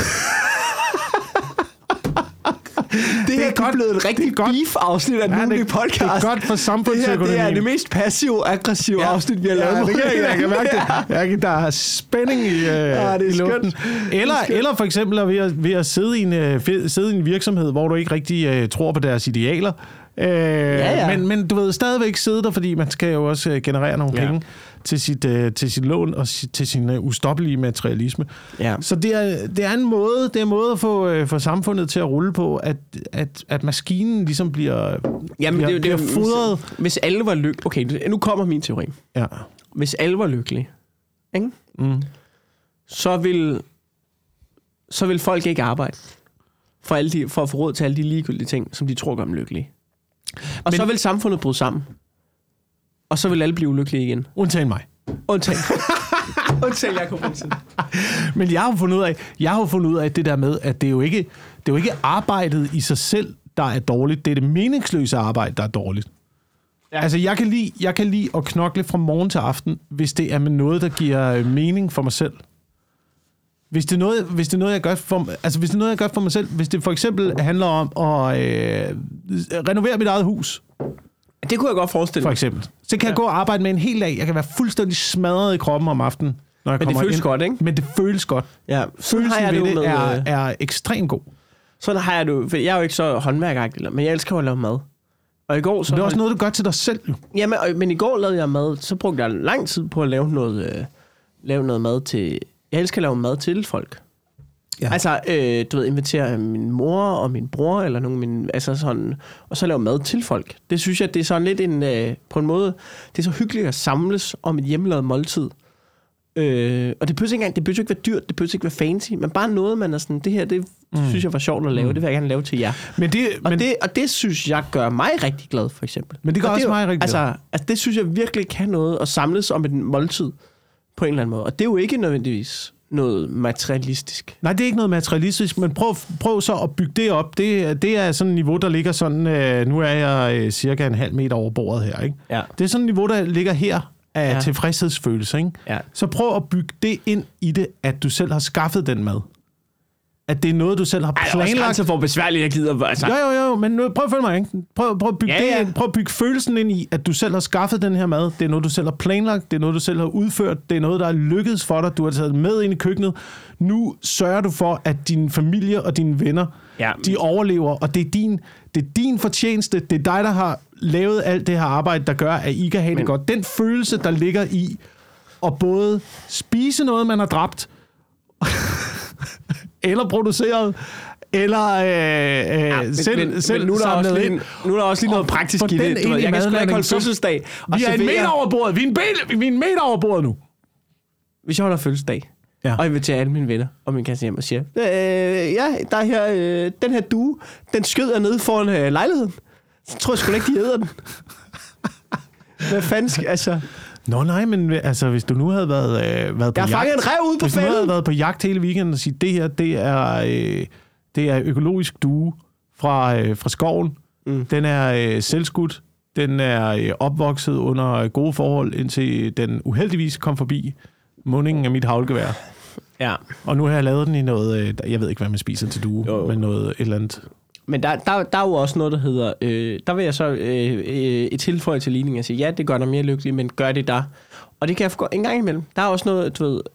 Det er godt blevet et rigtig beef-afsnit af den nye podcast. Det er godt for samfundsøkonomien. Det er det mest passive-aggressive afsnit, vi har lavet. Jeg kan mærke det. Der er spænding i luften. Eller for eksempel ved at sidde i en virksomhed, hvor du ikke rigtig tror på deres idealer. Men du ved, stadigvæk sidde der, fordi man skal jo også generere nogle penge til sit lån og til sin ustoppelige materialisme. Ja. Så det er en måde at få samfundet til at rulle på, at maskinen ligesom bliver fodret. Hvis alle var lykkelige... Okay, nu kommer min teori. Ja. Hvis alle var lykkelige, ikke? Så vil folk ikke arbejde for at få råd til alle de ligegyldige ting, som de tror gør dem lykkelige. Og så vil samfundet bryde sammen. Og så vil alle blive ulykkelige igen. Undtagen mig. Undtagen Jacob Jensen. Men jeg har fundet ud af det der med, at det er jo ikke arbejdet i sig selv, der er dårligt. Det er det meningsløse arbejde, der er dårligt. Ja. Altså, jeg kan lide at knokle fra morgen til aften, hvis det er med noget, der giver mening for mig selv. Hvis det er noget, jeg gør for mig selv, hvis det for eksempel handler om at renovere mit eget hus. Det kunne jeg godt forestille mig. For eksempel. Så kan jeg gå og arbejde med en hel dag. Jeg kan være fuldstændig smadret i kroppen om aftenen, når jeg Men det kommer føles ind. godt, ikke? Men det føles godt. Ja, sådan har jeg det Følelsen jo ved med... det er ekstremt god. Sådan har jeg det jo, for jeg er jo ikke så håndværkagtig, men jeg elsker jo at lave mad. Og i går så... Det er også noget, du gør til dig selv, jo. Jamen, men i går lavede jeg mad, så brugte jeg lang tid på at lave noget mad til... Jeg elsker at lave mad til folk. Ja. Altså, du ved, invitere min mor og min bror, eller nogen altså sådan, og så lave mad til folk. Det synes jeg, det er sådan lidt på en måde, det er så hyggeligt at samles om et hjemmelavet måltid. Og det behøver ikke være dyrt, det behøver ikke være fancy, men bare noget, man er sådan, det her, det synes jeg var sjovt at lave, det vil jeg gerne lave til jer. Og det synes jeg gør mig rigtig glad, for eksempel. Men det gør også mig rigtig glad. Altså, det synes jeg virkelig kan noget, at samles om et måltid på en eller anden måde. Og det er jo ikke nødvendigvis noget materialistisk. Nej, det er ikke noget materialistisk, men prøv så at bygge det op. Det er sådan et niveau, der ligger sådan, nu er jeg cirka en halv meter over bordet her, ikke? Ja. Det er sådan et niveau, der ligger her af tilfredshedsfølelse, ikke? Ja. Så prøv at bygge det ind i det, at du selv har skaffet den mad. At det er noget, du selv har planlagt. Ej, for besværligt, jeg gider. Altså. Jo, men nu, prøv at følge mig, ikke? Prøv at bygge det ind. Prøv at bygge følelsen ind i, at du selv har skaffet den her mad. Det er noget, du selv har planlagt. Det er noget, du selv har udført. Det er noget, der er lykkedes for dig. Du har taget med ind i køkkenet. Nu sørger du for, at din familie og dine venner, de overlever. Og det er din fortjeneste. Det er dig, der har lavet alt det her arbejde, der gør, at I kan have det godt. Den følelse, der ligger i at både spise noget, man har dræbt, eller produceret, eller selv nu er der også samlet lige, ind. nu er der også lige noget praktisk i det. Jeg kan sgu da ikke holde fødselsdag. Vi er en meter over bordet. Vi er en meter over bordet nu. Hvis jeg holder fødselsdag, og inviterer alle mine venner og min kasse hjem og siger, der er her, den her due, den skød jeg nede foran lejligheden. Så tror jeg sgu da ikke, de æder den. Hvad fanden skal, altså... Nå nej, men altså, hvis du nu havde været på jagt... Jeg har fanget en ræv ude på Hvis du nu havde været på jagt hele weekenden og sige, det her, det er økologisk due fra skoven. Den er selvskudt. Den er opvokset under gode forhold, indtil den uheldigvis kom forbi mundingen af mit haglgevær. Ja. Og nu har jeg lavet den i noget... Jeg ved ikke, hvad man spiser til due, men noget et eller andet... Men der er jo også noget, der hedder... der vil jeg så et tilføje til ligningen og sige, ja, det gør dig mere lykkelig, men gør det der. Og det kan jeg få en gang imellem. Der er også noget, du ved...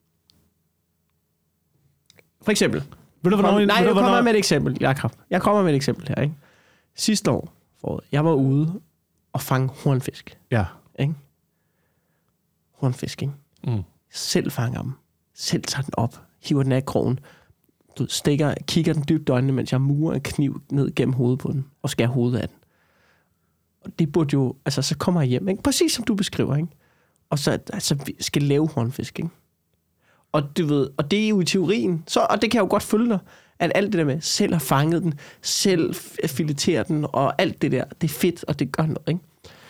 For eksempel. Jeg kommer med et eksempel, Jakob. Jeg kommer med et eksempel her, ikke? Sidste år, jeg var ude og fange hornfisk. Ja. Ikke? Hornfisk, ikke? Selv fanger dem. Selv tager den op. Hiver den af krogen. Du kigger den dybt i øjnene, mens jeg murer en kniv ned gennem hovedet på den, og skærer hovedet af den. Og det burde jo, altså så kommer jeg hjem, ikke? Præcis som du beskriver, ikke? Og så altså, vi skal lave hornfisk, ikke? Og du ved, og det er jo i teorien, så, og det kan jeg jo godt følge dig, at alt det der med, selv har fanget den, selv fileterer den, og alt det der, det er fedt, og det gør noget, ikke?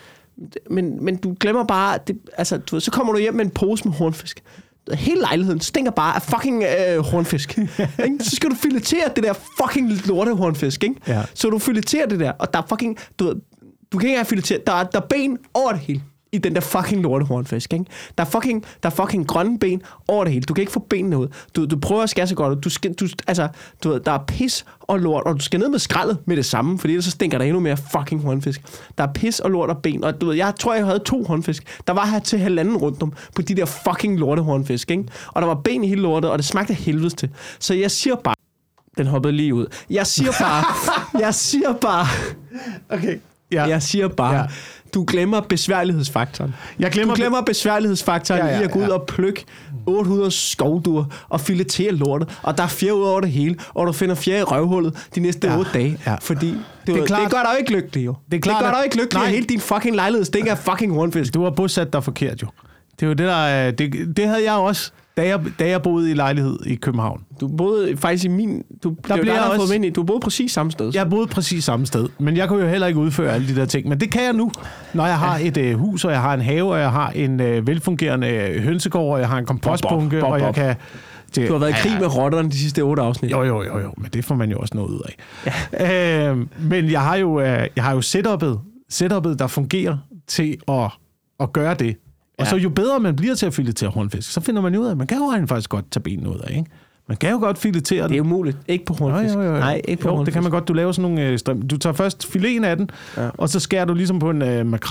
Men du glemmer bare, det, altså, du ved, så kommer du hjem med en pose med hornfisk. Hele lejligheden stinker bare af fucking hornfisk. Så skal du filetere det der fucking lorte hornfisk, ikke? Ja. Så du fileterer det der, og der er fucking... Du kan ikke engang filetere... Der er ben over det hele i den der fucking lorte hornfisk, ikke? Der er fucking grønne ben over det hele. Du kan ikke få benene ud. Du prøver at skære så godt ud. Der er pis og lort, og du skal ned med skraldet med det samme, fordi ellers så stinker der endnu mere fucking hornfisk. Der er pis og lort og ben, og du ved, jeg tror, jeg havde 2 hornfisk. Der var her til 1,5 rundt om på de der fucking lorte hornfisk, ikke? Og der var ben i hele lortet, og det smagte helvedes til. Så jeg siger bare... Den hoppede lige ud. Jeg siger bare... Okay. Ja. Jeg siger bare... Ja. Du glemmer besværlighedsfaktoren. Du glemmer besværlighedsfaktoren i at gå ud og plukke 800 skovdur og filetere lortet, og der er fjer ud over det hele, og du finder fjer i røvhullet de næste 8 dage. Ja. Fordi det gør dig jo ikke lykkelig, jo. Det gør dig ikke lykkelig, at hele din fucking lejlighed stinker af fucking hornfisk. Du har bosat dig forkert, jo. Det er jo det, der... Det havde jeg også, da jeg boede i lejlighed i København. Du boede faktisk i min... Du boede præcis samme sted. Jeg boede præcis samme sted, men jeg kunne jo heller ikke udføre alle de der ting. Men det kan jeg nu, når jeg har et hus, og jeg har en have, og jeg har en velfungerende hønsegård, og jeg har en kompostbunke, og jeg kan... Du har været i krig med rotterne de sidste 8 afsnit. Jo, men det får man jo også noget ud af. Ja. Men jeg har jo setup'et, der fungerer til at gøre det. Og så jo bedre man bliver til at filetere hornfisk, så finder man jo ud af, at man kan jo rent faktisk godt tage benene ud af, ikke? Man kan jo godt filetere den. Det er umuligt. Ikke på hornfisk. Jo. Nej, ikke på hornfisk. Det kan man godt. Du laver sådan nogle du tager først fileten af den, og så skærer du ligesom på en makrel,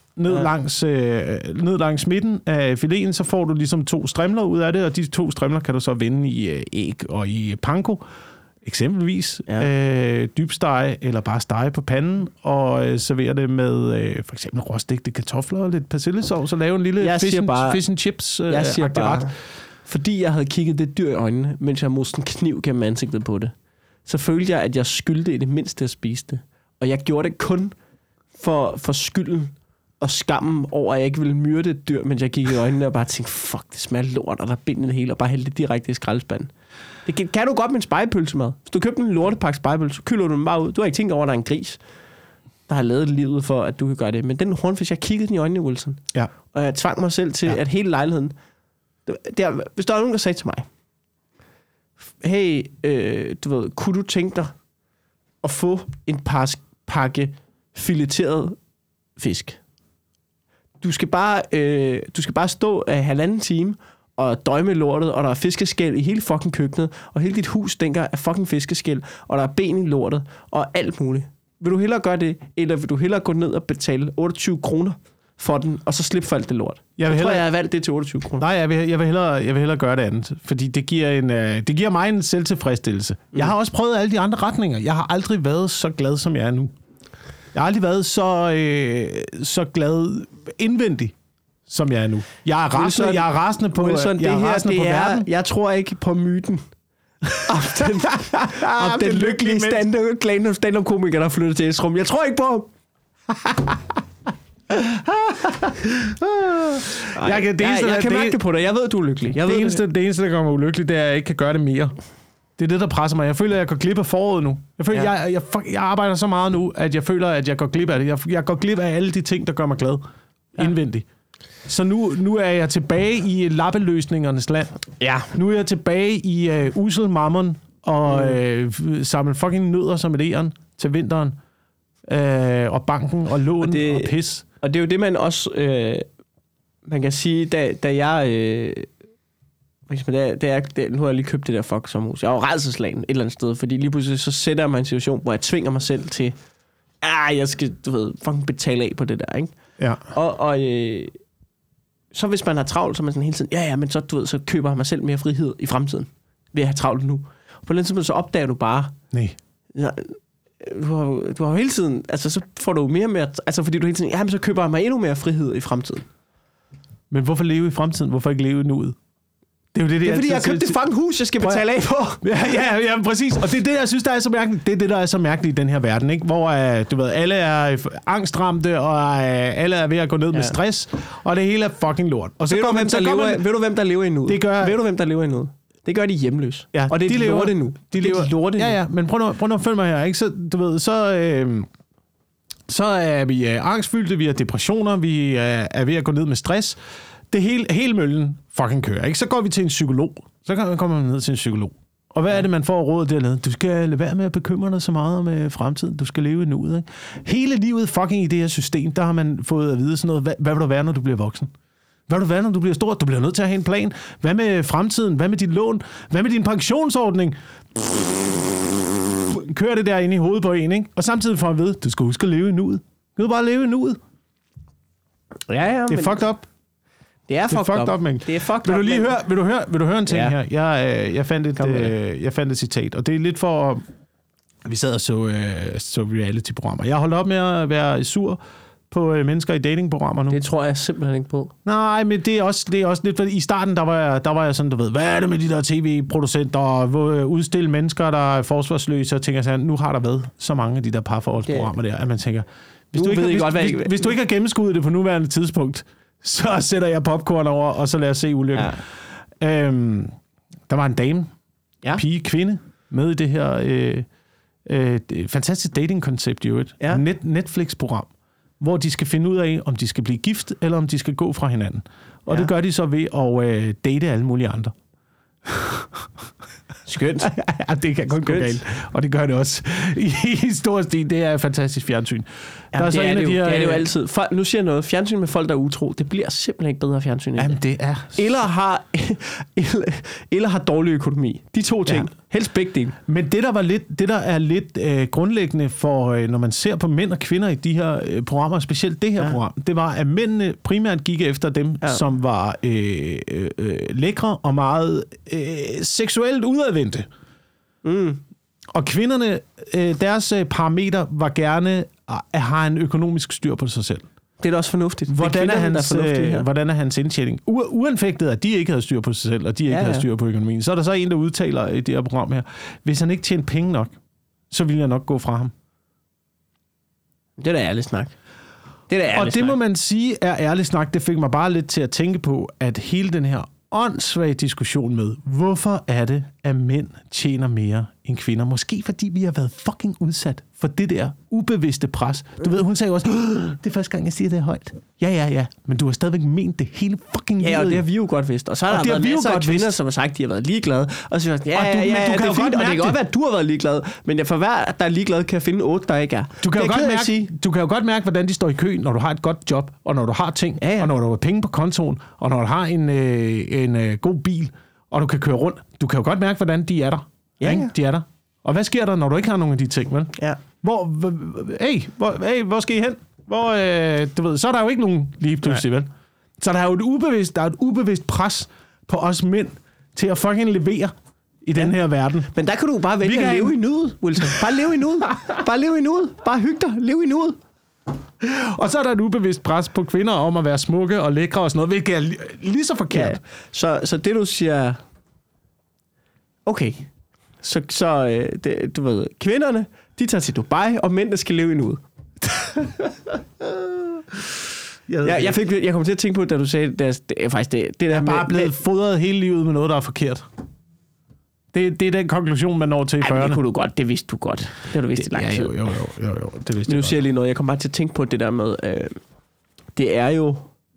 ned langs midten af fileten, så får du ligesom 2 strimler ud af det, og de 2 strimler kan du så vende i æg og i panko, eksempelvis dybstege eller bare stege på panden, og servere det med for eksempel råstegte kartofler og lidt persillesovs, og lave en lille fish and chips jeg siger bare, ret. Fordi jeg havde kigget det dyr i øjnene, mens jeg moste en kniv gennem ansigtet på det, så følte jeg, at jeg skyldte i det mindste at spise det. Og jeg gjorde det kun for skylden og skammen over, at jeg ikke ville myrde et dyr, mens jeg gik i øjnene og bare tænkte, fuck, det smager lort, og der er bind i det hele, og bare hælde det direkte i skraldespanden. Det kan du godt med en spegepølse mad. Hvis du købte en lortepakke spegepølse, så kylder du den bare ud. Du har ikke tænkt over, at der er en gris, der har lavet livet for, at du kan gøre det. Men den hornfisk, jeg kiggede den i øjnene, Wilson. Ja. Og jeg tvang mig selv til, at hele lejligheden... hvis der er nogen, der sagde til mig, hey, kunne du tænke dig at få en pakke fileteret fisk? Du skal bare stå 1,5 time og døje med lortet, og der er fiskeskæl i hele fucking køkkenet, og hele dit hus stinker af fucking fiskeskæl, og der er ben i lortet, og alt muligt. Vil du hellere gøre det, eller vil du hellere gå ned og betale 28 kroner for den, og så slippe for alt det lort? Jeg tror, jeg har valgt det til 28 kroner. Nej, jeg vil hellere gøre det andet, fordi det giver mig en selvtilfredsstillelse. Jeg har også prøvet alle de andre retninger. Jeg har aldrig været så glad, som jeg er nu. Jeg har aldrig været så glad indvendig, som jeg er nu. Jeg er rasende på verden. Jeg tror ikke på myten om den lykkelige stand-up-komiker, der flytter til Esrum. Jeg tror ikke på ham. Jeg kan mærke det på dig. Jeg ved, du er lykkelig. Det eneste, der gør mig ulykkelig, det er, at jeg ikke kan gøre det mere. Det er det, der presser mig. Jeg føler, at jeg går glip af foråret nu. Jeg arbejder så meget nu, at jeg føler, at jeg går glip af det. Jeg går glip af alle de ting, der gør mig glad indvendigt. Så nu er jeg tilbage i lappeløsningernes land. Ja. Nu er jeg tilbage i usel mammon og samle fucking nødder som et æren til vinteren. Og banken og lån og pis. Og det er jo det, man også... man kan sige, da jeg... nu har jeg lige købt det der fuck sommerhus. Jeg er jo rædselslagen et eller andet sted, fordi lige pludselig så sætter jeg mig en situation, hvor jeg tvinger mig selv til, jeg skal, fucking betale af på det der, ikke? Ja. Og så hvis man har travlt, så er man sådan hele tiden, men så, så køber jeg mig selv mere frihed i fremtiden, ved at have travlt nu. Og på den tid, så opdager du bare, du har hele tiden, altså så får du mere, altså fordi du hele tiden, så køber jeg mig endnu mere frihed i fremtiden. Men hvorfor leve i fremtiden? Hvorfor ikke leve i nuet? Det er fordi, jeg har købt det fucking hus, jeg skal betale af på. Ja, præcis. Og det er det, jeg synes, der er så mærkeligt. Det er det, der er så mærkeligt i den her verden, ikke? Hvor alle er angstramte, og alle er ved at gå ned med stress, og det hele er fucking lort. Og så ved du, hvem der lever i nuet? Ved du, hvem der lever i nuet? Det gør de hjemløse. Ja, og det er lorte nu. Det er lorte nu. Ja, men prøv nu at følge mig her, ikke? Så, så er vi angstfyldte, vi har depressioner, vi er ved at gå ned med stress. Det hele møllen fucking kører, ikke? Så går vi til en psykolog. Så kommer man ned til en psykolog. Og hvad er det, man får råd dernede? Du skal lade være med at bekymre dig så meget om fremtiden. Du skal leve i nuet, ikke? Hele livet fucking i det her system, der har man fået at vide sådan noget. Hvad vil du være, når du bliver voksen? Hvad vil du være, når du bliver stor? Du bliver nødt til at have en plan. Hvad med fremtiden? Hvad med dit lån? Hvad med din pensionsordning? Kører det der ind i hovedet på en, ikke? Og samtidig får at vide, du skal huske at leve i nuet. Du kan bare leve i nuet. Ja, det er fucked up. Det er fucked up, man. Det er fucked up. Vil du høre en ting her? Jeg fandt et citat, og det er lidt for... Vi sad og så reality-programmer. Jeg holdt op med at være sur på mennesker i datingprogrammer nu. Det tror jeg simpelthen ikke på. Nej, men det er også lidt... I starten, der var jeg sådan, du ved, hvad er det med de der tv-producenter og udstille mennesker, der er forsvarsløse, og tænker sådan, nu har der været så mange af de der parforholdsprogrammer der, at man tænker, hvis du ikke har gennemskuddet det på nuværende tidspunkt, så sætter jeg popcorn over, og så lader jeg se ulykken. Ja. Der var en dame, pige, kvinde, med i det her fantastisk dating-koncept, jo et Netflix-program, hvor de skal finde ud af, om de skal blive gift, eller om de skal gå fra hinanden. Og det gør de så ved at date alle mulige andre. Skønt. Ja, det kan kun gå galt. Og det gør det også i stor stil. Det er fantastisk fjernsyn. Jamen, det er det jo altid. Nu siger jeg noget. Fjernsyn med folk, der er utro, det bliver simpelthen ikke bedre fjernsyn. Jamen, det er... Eller har dårlig økonomi. De to ting. Ja. Helst begge dele. Men det, der er lidt grundlæggende for, når man ser på mænd og kvinder i de her programmer, specielt det her program, det var, at mændene primært gik efter dem, som var lækre og meget seksuelt udadvendte. Og kvinderne, deres parameter var gerne at have en økonomisk styr på sig selv. Det er da også fornuftigt. Hvordan er hans indtjening? Uanfægtet, at de ikke havde styr på sig selv, og de ikke havde styr på økonomien. Så er der så en, der udtaler i det her program her, hvis han ikke tjener penge nok, så vil jeg nok gå fra ham. Det er da ærlig snak. Og det må man sige er ærlig snak. Det fik mig bare lidt til at tænke på, at hele den her åndssvage diskussion med, hvorfor er det, at mænd tjener mere end kvinder? Måske fordi vi har været fucking udsat for det der ubevidste pres. Du ved, hun sagde også, det er første gang, jeg siger det højt. Ja, men du har stadigvæk ment det hele fucking livet. Ja, og det har vi jo godt vidst. Og så har der været masser af kvinder, som har sagt, de har været ligeglade. Og så siger det er fint, og det kan godt være, at du har været ligeglad. Men for hver, der er ligeglad, kan jeg finde 8, der ikke er. Du kan jo godt mærke, hvordan de står i kø, når du har et godt job, og når du har ting, og når du har penge på kontoen, og når du har en god bil, og du kan køre rundt. Du kan jo godt mærke, hvordan de er der. Ja. De er der. Og hvad sker der, når du ikke har nogen af de ting, vel? Ja. Hvor skal I hen? Du ved, så er der jo ikke nogen lige pludselig, vel? Så der er jo et ubevidst pres på os mænd til at fucking levere i den her verden. Men der kan du bare vælge at leve i nuet, Wilson. Bare leve i nuet. Bare leve i nuet. Bare hygge dig. Lev i nuet. Og så er der et ubevidst pres på kvinder om at være smukke og lækre og sådan noget, hvilket er lige så forkert. Ja. Så det, du siger... Okay. Så du ved, kvinderne, de tager til Dubai, og mændene skal leve i nuet. Jeg kom til at tænke på, da du sagde, det er faktisk det der er bare blevet fodret hele livet med noget, der er forkert. Det er den konklusion, man når til i 40'erne. Det kunne du godt, det vidste du godt. Det har du vidst i lang tid. Jo, det vidste nu siger jeg lige noget, jeg kommer bare til at tænke på det der med, det er jo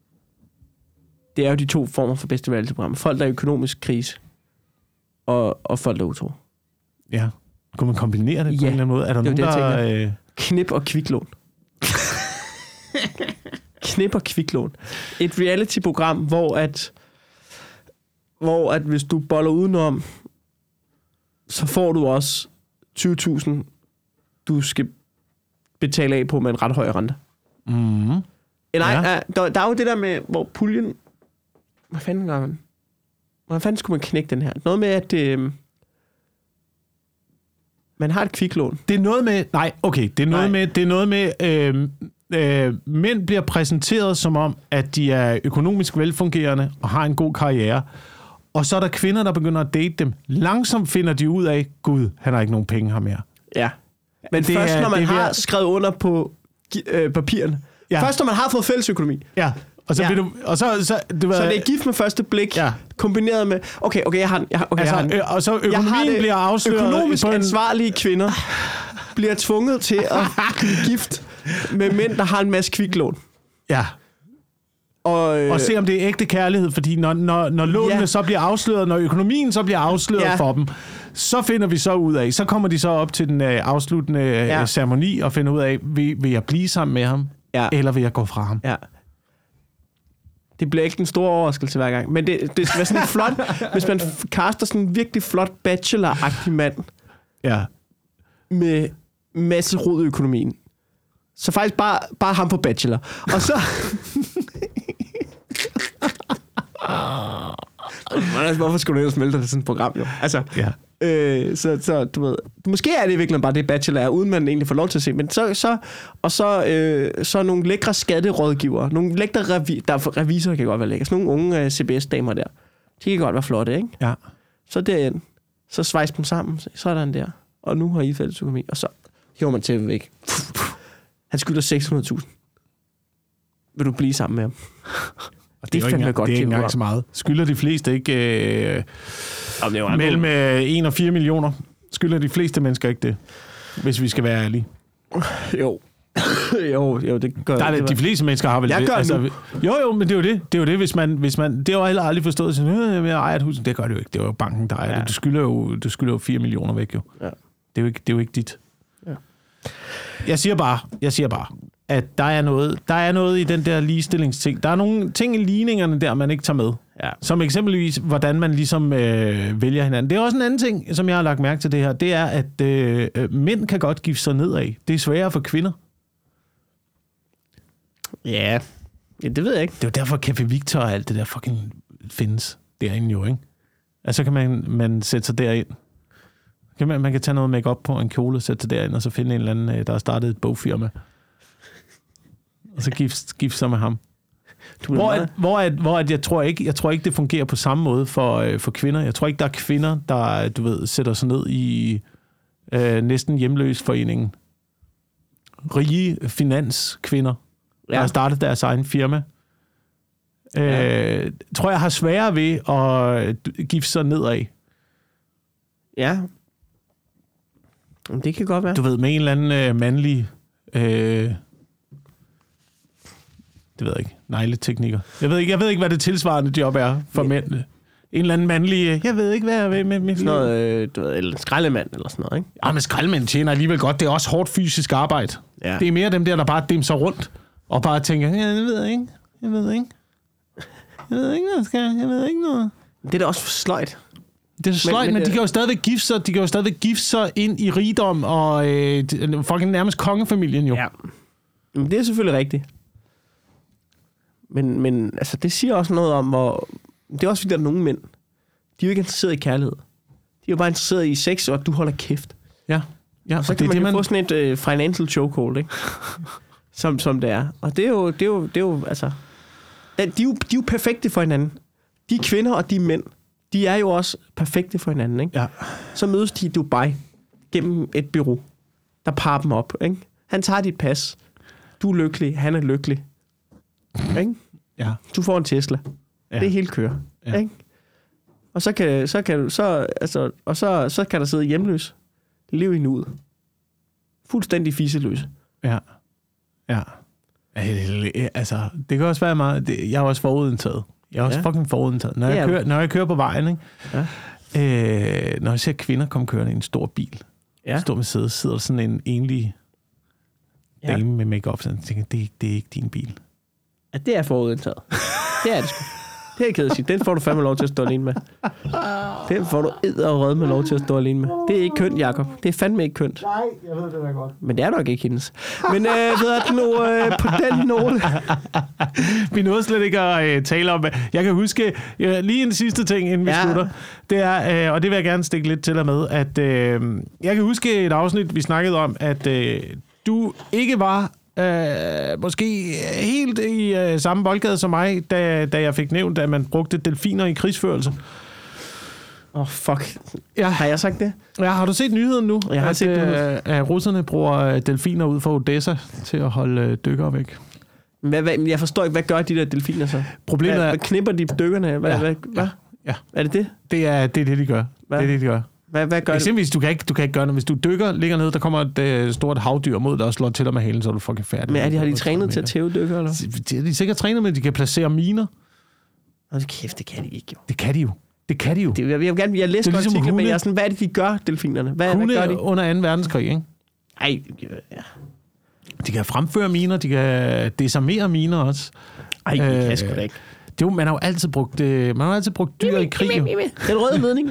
de to former for bedste valgprogram. Folk, der er i økonomisk krise, og folk, der er utro. Ja. Kunne man kombinere det på en eller anden måde? Er der nogen, der... Knip og kviklån. Knip og kviklån. Et reality-program, hvor at hvis du boller udenom, så får du også 20.000, du skal betale af på med en ret høj rente. Mm-hmm. Der er jo det der med, hvor puljen... Hvad fanden gør man? Hvordan fanden skulle man knække den her? Noget med, at... man har et kviklån. Det er noget med... Nej, okay. Det er noget med... mænd bliver præsenteret som om, at de er økonomisk velfungerende og har en god karriere. Og så er der kvinder, der begynder at date dem. Langsomt finder de ud af, Gud, han har ikke nogen penge her mere. Ja. Men det først, når man har skrevet under på papirerne. Ja. Først, når man har fået fælles økonomi. Ja. Og så, så det er gift med første blik, kombineret med... Okay, jeg har den. Og så økonomien bliver afsløret... Økonomisk ansvarlige kvinder bliver tvunget til at blive gift med mænd, der har en masse kviklån. Ja. Og se, om det er ægte kærlighed, fordi når lånene så bliver afsløret, når økonomien så bliver afsløret for dem, så finder vi så ud af, så kommer de så op til den afsluttende ceremoni og finder ud af, vil jeg blive sammen med ham, eller vil jeg gå fra ham? Ja. Det bliver ikke en stor overraskelse hver gang, men det skal være sådan en flot, hvis man kaster sådan en virkelig flot bachelor-agtig mand, med masse rod i økonomien, så faktisk bare ham på bachelor. Og så... Hvorfor skulle du ellers melde dig til sådan et program, jo? Altså, så du ved, måske er det virkelig bare det bachelor er, uden man egentlig får lov til at se, men så nogle lækre skatterådgivere, nogle lækre revisorer kan godt være lækre, sådan nogle unge CBS-damer der, de kan godt være flotte, ikke? Ja. Så derind, så svejs dem sammen, så er der en der, og nu har I fælles økonomi, og så hiver man til væk. Han skylder 600.000. Vil du blive sammen med ham? Og det er fandme godt. Det er ikke engang så meget. Skylder de fleste ikke mellem 1 og 4 millioner? Skylder de fleste mennesker ikke det? Hvis vi skal være ærlige. Jo. jo, det gør Der er det. de fleste mennesker har vel... Jeg gør nu. Jo, men det er jo det. Det er jo det, hvis man det har jeg heller aldrig forstået. Sådan, jeg ejer et hus. Det gør det jo ikke. Det er jo banken, der ejer det. Du skylder jo 4 millioner væk, jo. Ja. Det er jo ikke dit. Ja. Jeg siger bare, at der er noget i den der ligestillingsting. Der er nogle ting i ligningerne der, man ikke tager med. Ja. Som eksempelvis, hvordan man ligesom vælger hinanden. Det er også en anden ting, som jeg har lagt mærke til det her. Det er, at mænd kan godt gifte sig nedad. Det er sværere for kvinder. Ja, det ved jeg ikke. Det er jo derfor, Café Victor og alt det der fucking findes derinde jo, ikke? Altså, så kan man sætte sig derind. Man kan tage noget make-up på en kjole, sætte sig derind, og så finde en eller anden, der har startet et bogfirma. Og så gifte sig med ham. Hvor jeg tror ikke, det fungerer på samme måde for kvinder. Jeg tror ikke, der er kvinder, der, du ved, sætter sig ned i næsten hjemløsforeningen. Rige finanskvinder, der har startet deres egen firma. Tror jeg har sværere ved at gifte sig nedad. Ja. Det kan godt være. Du ved, med en eller anden mandlig... det ved jeg ikke. Negleteknikker. Jeg ved ikke, hvad det tilsvarende job er for mænd. En eller anden mandlig... Jeg ved ikke, hvad jeg ved med sådan noget, du ved, eller en skraldemand eller sådan noget, ikke? Ja, men skraldemand tjener alligevel godt. Det er også hårdt fysisk arbejde. Ja. Det er mere dem der bare dimser rundt og bare tænker, jeg ved ikke, hvad jeg skal. Jeg ved ikke noget. Det er da også sløjt. Det er sløjt, men de kan jo stadigvæk gifte sig. De kan jo stadigvæk gifte sig ind i rigdom og fucking nærmest kongefamilien jo. Ja. Men det er selvfølgelig rigtigt. Men altså, det siger også noget om, hvor... Det er også fordi, der er nogle mænd. De er jo ikke interesseret i kærlighed. De er jo bare interesseret i sex, og at du holder kæft. Ja. Og så kan man jo få sådan et financial chokehold, ikke? som det er. Og det er jo altså... De er jo perfekte for hinanden. De kvinder og de mænd, de er jo også perfekte for hinanden, ikke? Ja. Så mødes de i Dubai gennem et bureau, der parer dem op, ikke? Han tager dit pas. Du er lykkelig, han er lykkelig. Ikke? Ja. Du får en Tesla. Ja. Det er helt kører. Ja. Ikke? Og så kan der sidde hjemløs. Lev i nuet. Fuldstændig fiseløs. Ja. Ja. Altså, det kan også være meget... Jeg er også forudindtaget. Jeg er også fucking forudindtaget. Når jeg kører på vejen, ikke? Ja. Når jeg ser kvinder komme kørende i en stor bil, stor med sæde, sidder der sådan en enlig dame med make-up, så jeg tænker, det er ikke din bil. Ja, det er forudindtaget. Det er det sgu. Det er jeg ked at sige. Den får du fandme lov til at stå alene med. Den får du edderrød med lov til at stå alene med. Det er ikke kønt, Jacob. Det er fandme ikke kønt. Nej, jeg ved det da godt. Men det er nok ikke hendes. Men ved du nu, på den note... Vi nåede slet ikke at tale om... Jeg kan huske lige en sidste ting, inden vi slutter. Det er, og det vil jeg gerne stikke lidt til dig med, at jeg kan huske et afsnit, vi snakkede om, at du ikke var... måske helt i samme boldgade som mig, da jeg fik nævnt, at man brugte delfiner i krigsførelse. Fuck. Ja. Har jeg sagt det? Ja, har du set nyheden nu? Jeg har set det. At russerne bruger delfiner ud for Odessa til at holde dykkere væk. Jeg forstår ikke, hvad gør de der delfiner så? Problemet er... Hvad knipper de dykkerne? Hvad? Ja. Er det det? Det er det, de gør. Hvad? Det er det, de gør. Hvad gør eksempelvis, du kan ikke gøre noget. Hvis du dykker, ligger nede, der kommer et stort havdyr mod dig og slår til dig med halen, så er du fucking færdig. Men har de trænet til at tæve dykker, eller? De er sikkert trænet med, at de kan placere miner. Kæft, det kan de ikke, jo. Det kan de jo. Jeg læste godt artikler, men jeg er sådan, hvad er det, de gør, delfinerne? Hvad gør de? Under 2. verdenskrig, ikke? Ej, ja. De kan fremføre miner, de kan desarmere miner også. Ej, det kan sgu da ikke. Man har jo altid brugt dyr i krig. Den røde ledning.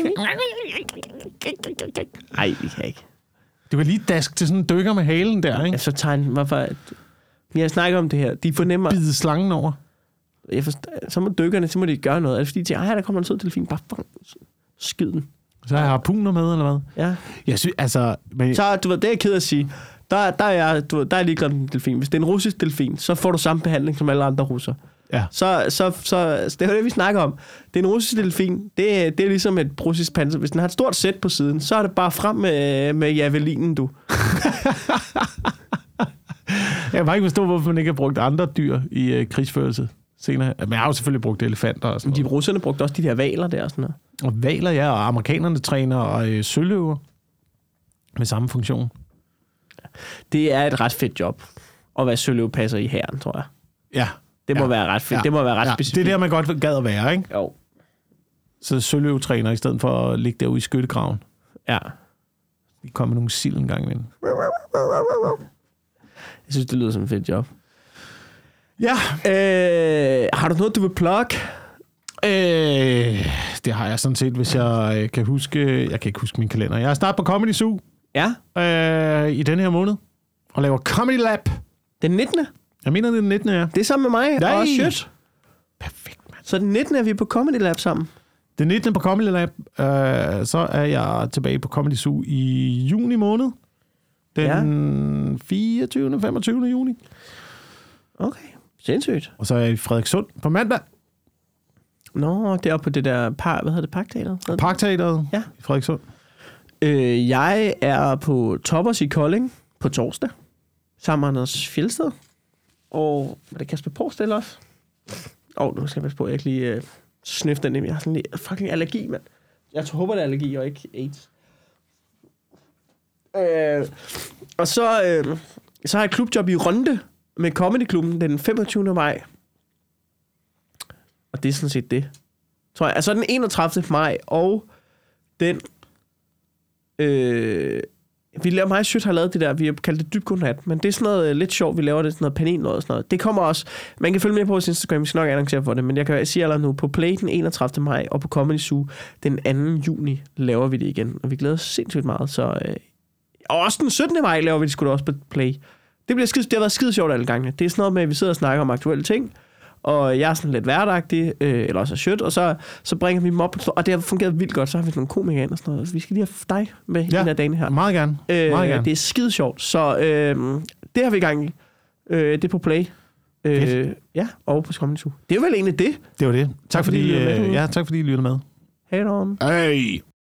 Ej, det kan ikke. Du kan lige daske til sådan en dykker med halen der, ikke? Ja, så tager hvorfor... Vi har snakket om det her. De fornemmer... Bide slangen over. Så må dykkerne, så må de gøre noget. Er det fordi de tænker, der kommer en sød delfin. Bare skid den. Så har jeg harpuner med, eller hvad? Ja. Jeg synes, altså... Men... Så, du ved, det er jeg ked at sige. Der er ligeglad med en delfin. Hvis det er en russisk delfin, så får du samme behandling som alle andre russer. Ja. Så det er det, vi snakker om. Det er en russisk delfin. Det er ligesom et russisk panser. Hvis den har et stort sæt på siden, så er det bare frem med javelinen, du. Jeg kan bare ikke forstå, hvorfor man ikke har brugt andre dyr i krigsførelse senere. Men jeg har jo selvfølgelig brugt elefanter og sådan noget. De russerne brugte også de der hvaler der og sådan noget. Og hvaler, ja, og amerikanerne træner og søløver med samme funktion. Det er et ret fedt job at være søløvepasser i hæren, tror jeg. Ja. Det må være ret fedt. Det må være ret specifikt. Det er der, man godt gad at være, ikke? Jo. Så søløvetræner i stedet for at ligge derude i skyttegraven. Ja. Vi kommer med nogle sild en gang imellem. Jeg synes, det lyder som et fedt job. Ja. Har du noget, du vil plukke? Det har jeg sådan set, hvis jeg kan huske... Jeg kan ikke huske min kalender. Jeg er snart på Comedy Zoo. Ja. I denne her måned. Og laver Comedy Lab. Den 19. Jeg mener, det er den 19. Ja. Det er sammen med mig. Nej. Og shit. Perfekt, mand. Så den 19. er vi på Comedy Lab sammen. Den 19. på Comedy Lab. Så er jeg tilbage på Comedy Zoo i juni måned. Den 24. 25. juni. Okay. Sindssygt. Og så er jeg i Frederikssund på mandag. Nå, det er oppe på det der Parkteateret. Parkteateret Ja. i Frederikssund. Jeg er på Toppers i Kolding på torsdag. Sammen med Anders Fjeldsted. Og var det Kasper Porsdal også? Nu skal jeg passe på, at jeg ikke lige sniffe den ind. Jeg har sådan lidt fucking allergi, mand. Jeg håber, det er allergi og ikke AIDS. Og så har jeg et klubjob i Rønde med Comedy-klubben den 25. maj. Og det er sådan set det. Tror jeg. Altså den 31. maj og den... mig og Sødt har lavet det der, vi har kaldt det dybgodnat, men det er sådan noget lidt sjovt, vi laver det, sådan noget paninlød og sådan noget. Det kommer også, man kan følge med på vores Instagram, vi skal nok annoncere for det, men jeg kan sige allerede nu, på Play den 31. maj og på Comedy Zoo den 2. juni laver vi det igen, og vi glæder os sindssygt meget, så... og også den 17. maj laver vi det sgu da også på Play. Det har været skide sjovt alle gange. Det er sådan noget med, at vi sidder og snakker om aktuelle ting, og jeg er sådan lidt værtagtig, eller også er sødt, og så bringer vi dem op, og det har fungeret vildt godt, så har vi sådan nogle komikere ind og sådan noget. Vi skal lige have dig med en af dagene her. Meget gerne. Meget gerne. Det er skide sjovt, så det har vi i gang i. Det er på Play. Ja, og på Comedy Zoo. Det er jo vel egentlig det. Det var det. Tak fordi I lyttede med. Hej, Don. Hey.